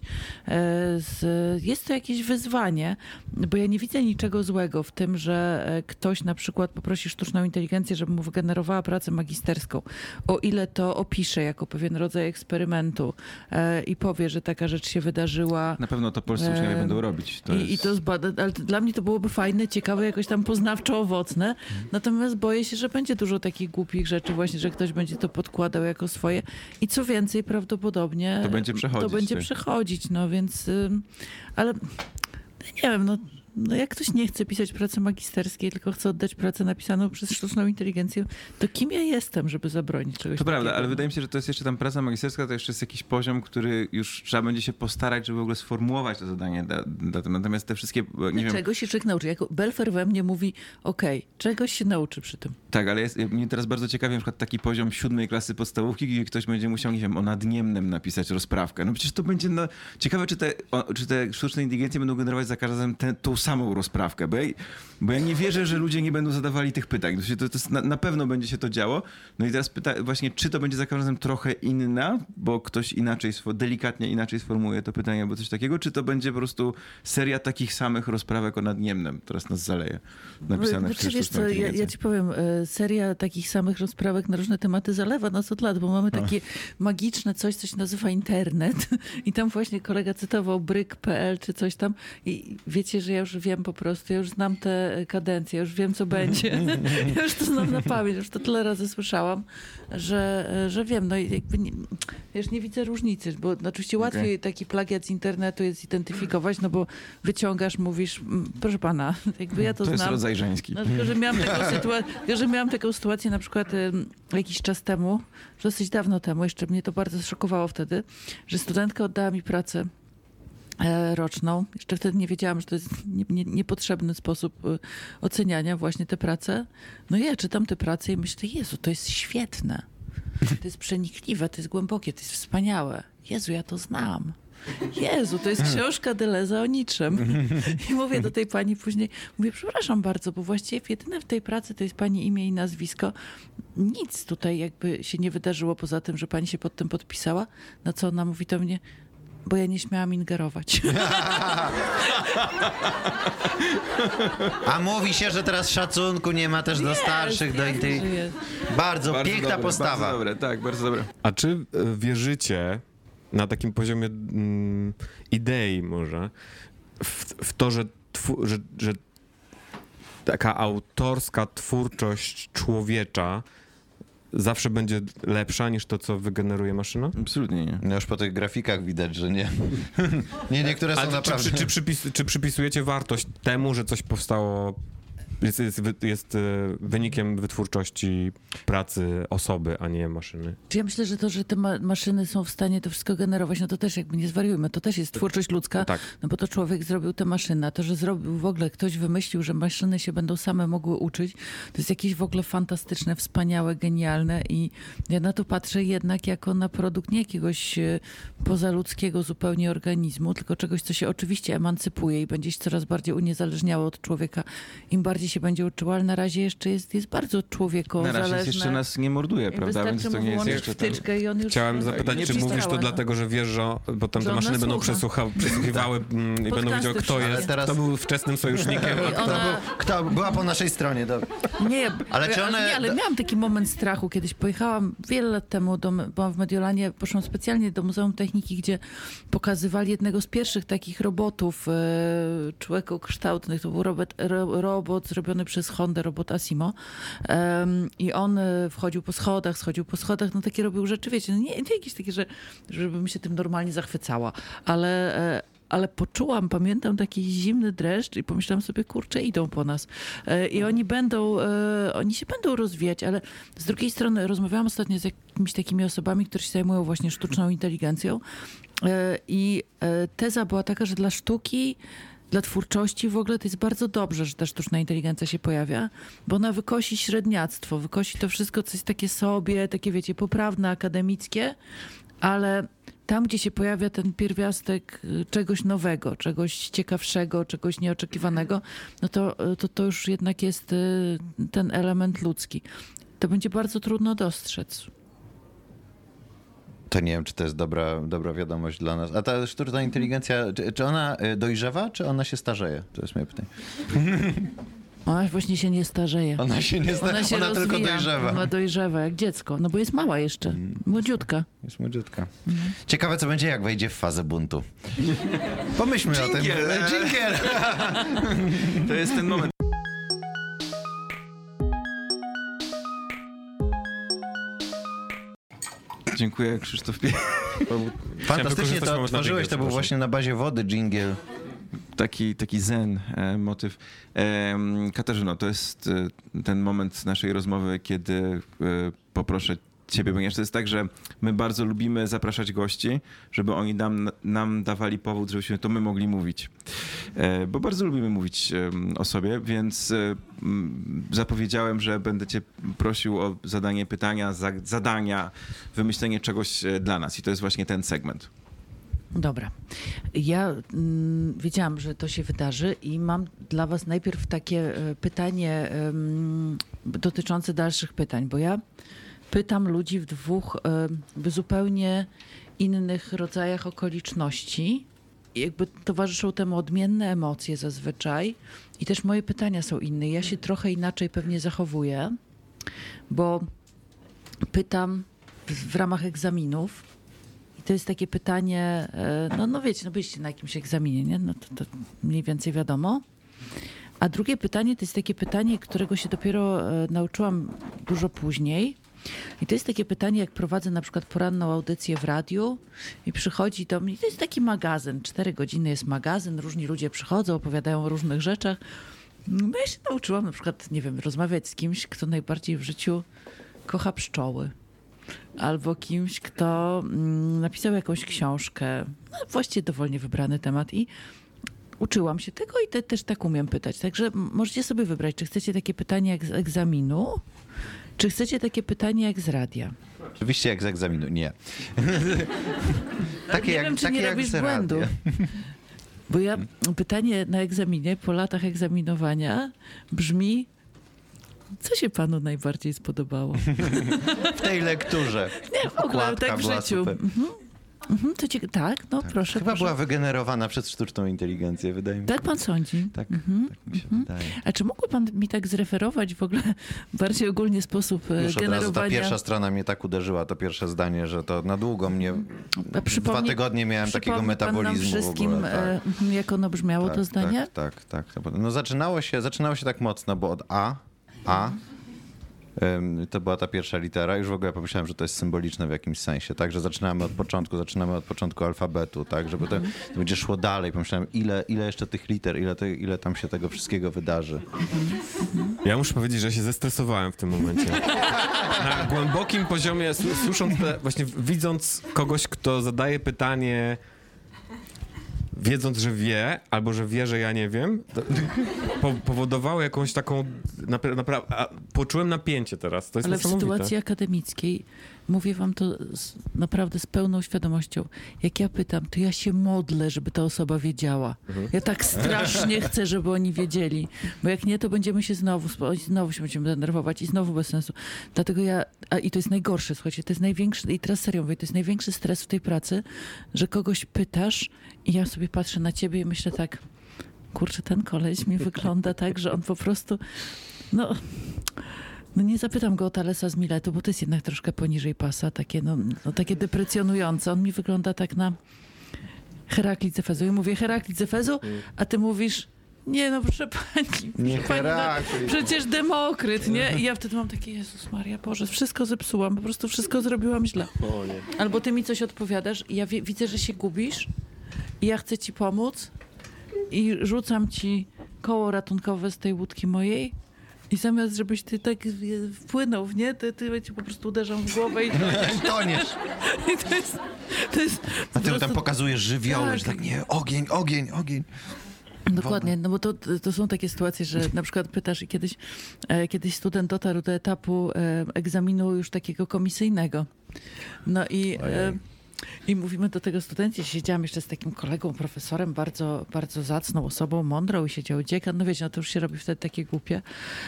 Jest to jakieś wyzwanie, bo ja nie widzę niczego złego w tym, że ktoś na przykład poprosi sztuczną inteligencję, żeby mu wygenerowała pracę magisterską, o ile to opisze jako pewien rodzaj eksperymentu i powie, że taka rzecz się wydarzyła. Na pewno to polscy uczniowie będą robić. I to zbada, ale dla mnie to byłoby fajne, ciekawe, jakoś tam poznawczo-owocne. Natomiast boję się, że będzie dużo takich głupich rzeczy właśnie, że ktoś będzie to podkładał jako swoje i co więcej, prawdopodobnie to będzie przechodzić. No więc, ale nie wiem, no jak ktoś nie chce pisać pracy magisterskiej, tylko chce oddać pracę napisaną przez sztuczną inteligencję, to kim ja jestem, żeby zabronić czegoś To takiego? prawda, ale wydaje mi się, że to jest jeszcze tam praca magisterska, to jeszcze jest jakiś poziom, który już trzeba będzie się postarać, żeby w ogóle sformułować to zadanie. Natomiast te wszystkie, nie wiem... Czegoś się człowiek nauczy. Jak Belfer we mnie mówi, czegoś się nauczy przy tym. Tak, ale mnie teraz bardzo ciekawi na przykład taki poziom 7 klasy podstawówki, gdzie ktoś będzie musiał, nie wiem, o nadniemnem napisać rozprawkę. No przecież to będzie... Ciekawe, czy te sztuczne inteligencje będą generować za każdym razem tą samą rozprawkę, bo ja nie wierzę, że ludzie nie będą zadawali tych pytań. Na pewno będzie się to działo. No i teraz właśnie, czy to będzie za każdym razem trochę inna, bo ktoś delikatnie inaczej sformułuje to pytanie albo coś takiego, czy to będzie po prostu seria takich samych rozprawek o nadniemnem. Teraz nas zaleje. Napisane przez wiesz co, ja ci powiem, seria takich samych rozprawek na różne tematy zalewa nas od lat, bo mamy takie magiczne coś się nazywa internet i tam właśnie kolega cytował bryk.pl czy coś tam i wiecie, że ja już już wiem po prostu, ja już znam te kadencje, już wiem, co będzie. Ja już to znam na pamięć, już to tyle razy słyszałam, że wiem. No i jakby nie widzę różnicy, bo oczywiście łatwiej taki plagiat z internetu jest zidentyfikować, no bo wyciągasz, mówisz, proszę pana, jakby ja to znam. To jest rodzaj żeński. No, tylko, że miałam taką sytuację na przykład jakiś czas temu, dosyć dawno temu, jeszcze mnie to bardzo szokowało wtedy, że studentka oddała mi pracę roczną. Jeszcze wtedy nie wiedziałam, że to jest niepotrzebny sposób oceniania właśnie te prace. No ja czytam te prace i myślę, Jezu, to jest świetne. To jest przenikliwe, to jest głębokie, to jest wspaniałe. Jezu, ja to znam. Jezu, to jest książka Deleuza o niczym. I mówię do tej pani później, mówię, przepraszam bardzo, bo właściwie jedyne w tej pracy to jest pani imię i nazwisko. Nic tutaj jakby się nie wydarzyło poza tym, że pani się pod tym podpisała. Na co ona mówi do mnie, bo ja nie śmiałam ingerować. A mówi się, że teraz szacunku nie ma też do starszych, do innych. Bardzo piękna dobre, postawa. Bardzo dobre, tak, bardzo dobre. A czy wierzycie na takim poziomie idei może w to, że taka autorska twórczość człowiecza zawsze będzie lepsza niż to, co wygeneruje maszyna? Absolutnie nie. No już po tych grafikach widać, że nie. Niektóre są naprawdę... Czy przypisujecie wartość temu, że coś powstało, jest wynikiem wytwórczości pracy osoby, a nie maszyny? Czy ja myślę, że to, że te maszyny są w stanie to wszystko generować, no to też jakby nie zwariujmy, to też jest twórczość ludzka, Tak. No bo to człowiek zrobił tę maszynę, a to, że zrobił w ogóle, ktoś wymyślił, że maszyny się będą same mogły uczyć, to jest jakieś w ogóle fantastyczne, wspaniałe, genialne i ja na to patrzę jednak jako na produkt nie jakiegoś pozaludzkiego zupełnie organizmu, tylko czegoś, co się oczywiście emancypuje i będzie się coraz bardziej uniezależniało od człowieka, im bardziej się będzie uczyła, ale na razie jeszcze jest bardzo człowiekowo Na razie jeszcze nas nie morduje, prawda? Więc to nie jest jeszcze ten... wtyczkę i on już... Chciałem zapytać, nie czy mówisz to przestała, dlatego, że wiesz, że potem Że te ona maszyny będą słucha. przesłuchiwały i będą wiedziały, kto wszystkie. jest, Teraz- kto był wczesnym sojusznikiem. I ona... Kto była po naszej stronie? Nie, Ale czy one- nie, ale miałam taki moment strachu. Kiedyś pojechałam wiele lat temu, byłam w Mediolanie, poszłam specjalnie do Muzeum Techniki, gdzie pokazywali jednego z pierwszych takich robotów człowiekokształtnych. To był robot zrobiony przez Hondę, robot Asimo. I on wchodził po schodach, no takie robił rzeczy, wiecie, no nie jakieś takie, żebym się tym normalnie zachwycała, ale poczułam, pamiętam taki zimny dreszcz i pomyślałam sobie, kurczę, idą po nas. I oni się będą rozwijać, ale z drugiej strony rozmawiałam ostatnio z jakimiś takimi osobami, które się zajmują właśnie sztuczną inteligencją i teza była taka, że dla sztuki, dla twórczości w ogóle to jest bardzo dobrze, że ta sztuczna inteligencja się pojawia, bo ona wykosi średniactwo, wykosi to wszystko, co jest takie sobie, takie wiecie, poprawne, akademickie, ale tam, gdzie się pojawia ten pierwiastek czegoś nowego, czegoś ciekawszego, czegoś nieoczekiwanego, no to już jednak jest ten element ludzki. To będzie bardzo trudno dostrzec. To nie wiem, czy to jest dobra wiadomość dla nas. A ta sztuczna inteligencja, czy ona dojrzewa, czy ona się starzeje? To jest moje pytanie. Ona właśnie się nie starzeje. Ona się nie starzeje, się ona tylko rozwija. dojrzewa. Ona dojrzewa jak dziecko, no bo jest mała jeszcze, młodziutka. Jest młodziutka. Ciekawe, co będzie, jak wejdzie w fazę buntu. Pomyślmy o tym. Dżingiel! To jest ten moment. Dziękuję, Krzysztof. Fantastycznie to otworzyłeś, to był właśnie na bazie wody dżingiel. Taki zen motyw. Katarzyno, to jest ten moment naszej rozmowy, kiedy poproszę ciebie, ponieważ to jest tak, że my bardzo lubimy zapraszać gości, żeby oni nam dawali powód, żebyśmy to my mogli mówić. Bo bardzo lubimy mówić o sobie, więc zapowiedziałem, że będę cię prosił o zadanie pytania, zadania, wymyślenie czegoś dla nas. I to jest właśnie ten segment. Dobra. Ja wiedziałam, że to się wydarzy i mam dla was najpierw takie pytanie dotyczące dalszych pytań, bo ja pytam ludzi w dwóch zupełnie innych rodzajach okoliczności. Jakby towarzyszą temu odmienne emocje zazwyczaj i też moje pytania są inne. Ja się trochę inaczej pewnie zachowuję, bo pytam w ramach egzaminów. I to jest takie pytanie, no wiecie, byliście na jakimś egzaminie, nie? No to mniej więcej wiadomo. A drugie pytanie to jest takie pytanie, którego się dopiero nauczyłam dużo później. I to jest takie pytanie, jak prowadzę na przykład poranną audycję w radiu i przychodzi do mnie, to jest taki magazyn, 4 godziny jest magazyn, różni ludzie przychodzą, opowiadają o różnych rzeczach. No ja się nauczyłam na przykład, nie wiem, rozmawiać z kimś, kto najbardziej w życiu kocha pszczoły. Albo kimś, kto napisał jakąś książkę, no, właściwie dowolnie wybrany temat i uczyłam się tego i też tak umiem pytać. Także możecie sobie wybrać, czy chcecie takie pytanie jak z egzaminu, czy chcecie takie pytanie jak z radia. Oczywiście jak z egzaminu, nie. Nie wiem, czy nie robisz błędu. Bo pytanie na egzaminie po latach egzaminowania brzmi, co się panu najbardziej spodobało? W tej lekturze. Nie, w ogóle tak w życiu. Tak, no proszę. Chyba proszę. była wygenerowana przez sztuczną inteligencję, wydaje mi się. Tak pan sądzi? Tak, tak mi się wydaje. A czy mógłby pan mi tak zreferować w ogóle bardziej ogólnie sposób Już od razu ta generowania? pierwsza strona mnie tak uderzyła, to pierwsze zdanie, że to na długo mnie... 2 tygodnie miałem takiego metabolizmu pan nam wszystkim, w ogóle. Tak. jak ono brzmiało to zdanie? Tak. No zaczynało się tak mocno, bo od A, to była ta pierwsza litera. Już w ogóle pomyślałem, że to jest symboliczne w jakimś sensie, tak? Że zaczynamy od początku alfabetu, tak? Żeby to będzie szło dalej. Pomyślałem, ile jeszcze tych liter, ile tam się tego wszystkiego wydarzy. Ja muszę powiedzieć, że się zestresowałem w tym momencie. Na głębokim poziomie, słysząc, właśnie widząc kogoś, kto zadaje pytanie, wiedząc, że wie, albo że wie, że ja nie wiem, powodowało jakąś taką... Poczułem napięcie teraz. To jest Ale w niesamowite. sytuacji akademickiej, mówię wam to naprawdę z pełną świadomością, jak ja pytam, to ja się modlę, żeby ta osoba wiedziała. Ja tak strasznie chcę, żeby oni wiedzieli. Bo jak nie, to będziemy się znowu się będziemy denerwować i znowu bez sensu. Dlatego i to jest najgorsze, słuchajcie, to jest największy, i teraz serio mówię, to jest największy stres w tej pracy, że kogoś pytasz i ja sobie patrzę na ciebie i myślę tak, kurczę, ten koleś mi wygląda tak, że on po prostu, no nie zapytam go o Thalesa z Miletu, bo to jest jednak troszkę poniżej pasa, takie, takie deprecjonujące. On mi wygląda tak na Heraklit z Efezu. I mówię Heraklit z Efezu, a ty mówisz, nie no proszę pani, Nie proszę pani, Heraklit. przecież Demokryt, nie? I ja wtedy mam takie, Jezus Maria, Boże, wszystko zepsułam, po prostu wszystko zrobiłam źle. O nie. Albo ty mi coś odpowiadasz i ja widzę, że się gubisz i ja chcę ci pomóc i rzucam ci koło ratunkowe z tej łódki mojej i zamiast, żebyś ty tak wpłynął w nie, ty cię po prostu uderzam w głowę i Toniesz. i to jest A ty po tam prostu- pokazujesz żywioły, że tak nie, ogień. Dokładnie, no bo to są takie sytuacje, że na przykład pytasz i kiedyś student dotarł do etapu egzaminu już takiego komisyjnego. No i mówimy do tego studencie, siedziałam jeszcze z takim kolegą, profesorem, bardzo, bardzo zacną osobą, mądrą i siedział dziekan, no wiecie, no to już się robi wtedy takie głupie.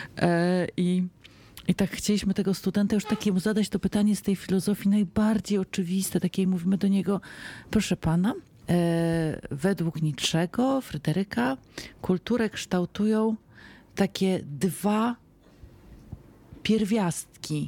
I tak chcieliśmy tego studenta już takiemu zadać to pytanie z tej filozofii najbardziej oczywiste, takiej mówimy do niego, proszę pana, według Nietzschego, Fryderyka, kulturę kształtują takie 2 pierwiastki.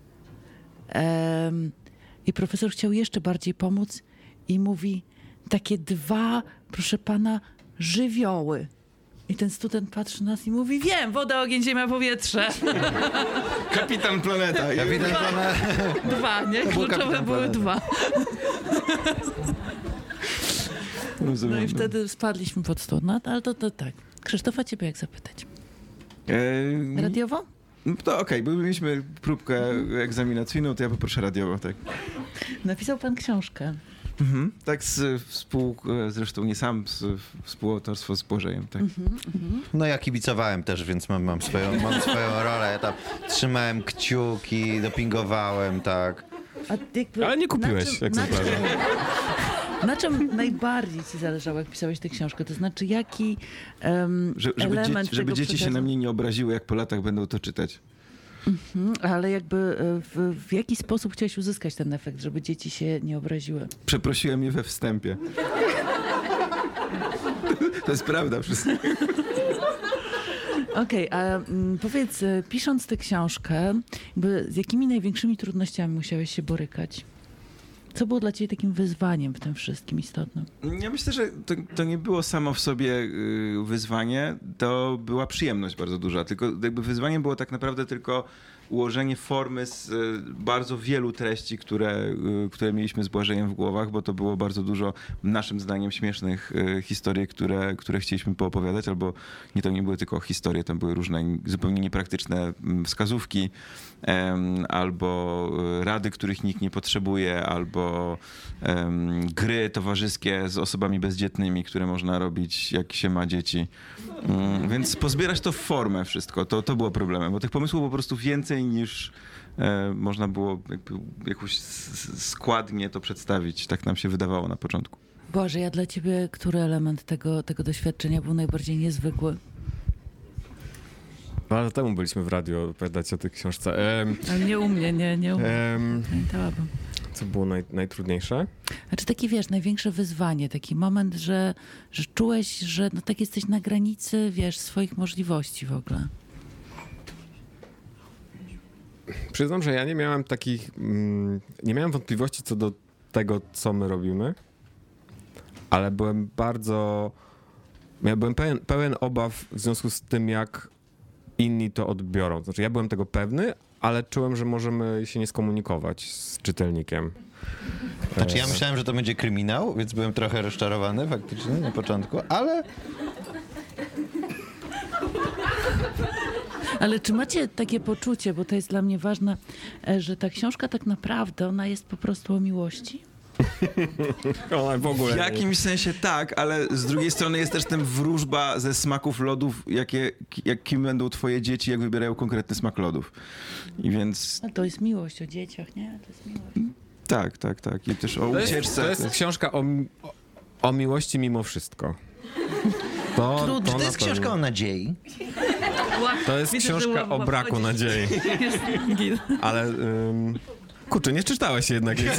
I profesor chciał jeszcze bardziej pomóc i mówi, takie 2, proszę pana, żywioły. I ten student patrzy na nas i mówi, wiem, woda, ogień, ziemia, powietrze. Kapitan Planeta. Ja widzę pana... 2, nie? był Kluczowe kapitan były planety. 2. Rozumiem. No i wtedy spadliśmy pod stół. No, ale to tak. Krzysztofa, ciebie jak zapytać? Radiowo? No to okej, bo mieliśmy próbkę egzaminacyjną, to ja poproszę radiowo, tak. Napisał pan książkę. Tak zresztą nie sam, współautorstwo z Błażejem, tak. No ja kibicowałem też, więc mam swoją rolę. Ja tam trzymałem kciuki, dopingowałem, tak. Ale nie kupiłeś egzemplarza. Na czym najbardziej ci zależało, jak pisałeś tę książkę? To znaczy, jaki element żeby tego dzieci się przekazu? na mnie nie obraziły, jak po latach będą to czytać. Ale jakby w jaki sposób chciałeś uzyskać ten efekt, żeby dzieci się nie obraziły? Przeprosiłem je we wstępie. To jest prawda wszystko. Okej, a powiedz, pisząc tę książkę, z jakimi największymi trudnościami musiałeś się borykać? Co było dla ciebie takim wyzwaniem w tym wszystkim istotnym? Ja myślę, że to nie było samo w sobie wyzwanie, to była przyjemność bardzo duża, tylko jakby wyzwaniem było tak naprawdę tylko ułożenie formy z bardzo wielu treści, które mieliśmy z Błażejem w głowach, bo to było bardzo dużo, naszym zdaniem, śmiesznych historii, które chcieliśmy poopowiadać, albo nie były tylko historie, tam były różne zupełnie niepraktyczne wskazówki, albo rady, których nikt nie potrzebuje, albo gry towarzyskie z osobami bezdzietnymi, które można robić, jak się ma dzieci. Więc pozbierać to w formę wszystko, to było problemem, bo tych pomysłów po prostu więcej niż można było jakoś składnie to przedstawić. Tak nam się wydawało na początku. Boże, ja dla ciebie, który element tego doświadczenia był najbardziej niezwykły? 2 lata temu byliśmy w radio opowiadać o tej książce. Ale nie u mnie, nie u mnie. Pamiętałabym. Co było najtrudniejsze? Znaczy takie, wiesz, największe wyzwanie, taki moment, że czułeś, że no tak jesteś na granicy, wiesz, swoich możliwości w ogóle. Przyznam, że ja nie miałem nie miałem wątpliwości co do tego, co my robimy, ale byłem pełen obaw w związku z tym, jak inni to odbiorą. Znaczy ja byłem tego pewny, ale czułem, że możemy się nie skomunikować z czytelnikiem. Znaczy ja myślałem, że to będzie kryminał, więc byłem trochę rozczarowany faktycznie na początku, ale... Ale czy macie takie poczucie, bo to jest dla mnie ważne, że ta książka tak naprawdę, ona jest po prostu o miłości? Ona w ogóle W jakimś sensie tak, ale z drugiej strony jest też ten wróżba ze smaków lodów, jakim będą twoje dzieci, jak wybierają konkretny smak lodów. I więc... No to jest miłość o dzieciach, nie? To jest miłość. Tak. I też o ucieczce. To jest książka o miłości mimo wszystko. To jest książka o nadziei. To jest książka o braku nadziei. Ale kurczę, nie czytałeś jednak jej.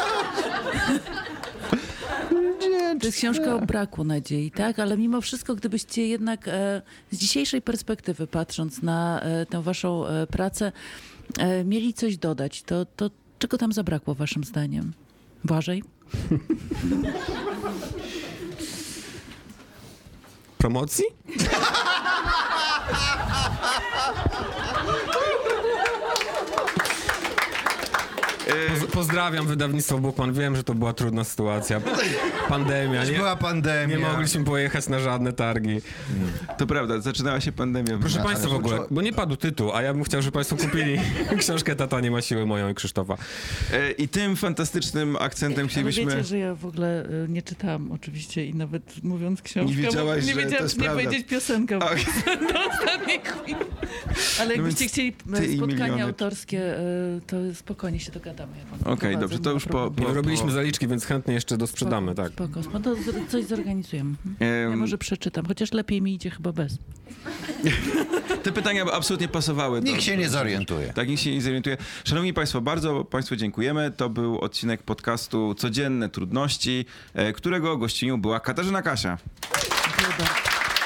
To jest książka o braku nadziei, tak? Ale mimo wszystko, gdybyście jednak z dzisiejszej perspektywy, patrząc na tę waszą pracę, mieli coś dodać, to czego tam zabrakło waszym zdaniem? Błażej? Promocji? Pozdrawiam wydawnictwo Bukman. Wiem, że to była trudna sytuacja. Pandemia. Była pandemia. Nie mogliśmy pojechać na żadne targi. To prawda, zaczynała się pandemia. Proszę Państwa w ogóle, bo nie padł tytuł, a ja bym chciał, żeby Państwo kupili książkę Tata nie ma siły, moją i Krzysztofa. I tym fantastycznym akcentem chcielibyśmy... Ale wiecie, że ja w ogóle nie czytałam oczywiście i nawet mówiąc książkę, Nie wiedziałaś, nie że wiedziałam, to jest nie prawda. powiedzieć piosenkę do ostatniej chwili. Ale jakbyście chcieli spotkanie autorskie, to spokojnie się dogadamy. Okej, dobrze, to już Robiliśmy zaliczki, więc chętnie jeszcze dosprzedamy, tak. Spoko, to coś zorganizujemy. Ja może przeczytam, chociaż lepiej mi idzie chyba bez. Te pytania absolutnie pasowały. Nikt się nie zorientuje. Tak, nikt się nie zorientuje. Szanowni Państwo, bardzo Państwu dziękujemy. To był odcinek podcastu Codzienne Trudności, którego gościnią była Katarzyna Kasia. Dziękuję bardzo.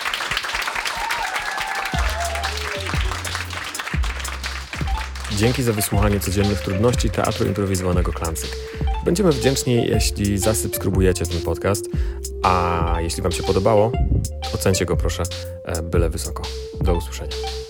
Dzięki za wysłuchanie Codziennych Trudności Teatru Improwizowanego Klancyk. Będziemy wdzięczni, jeśli zasubskrybujecie ten podcast, a jeśli Wam się podobało, ocencie go proszę byle wysoko. Do usłyszenia.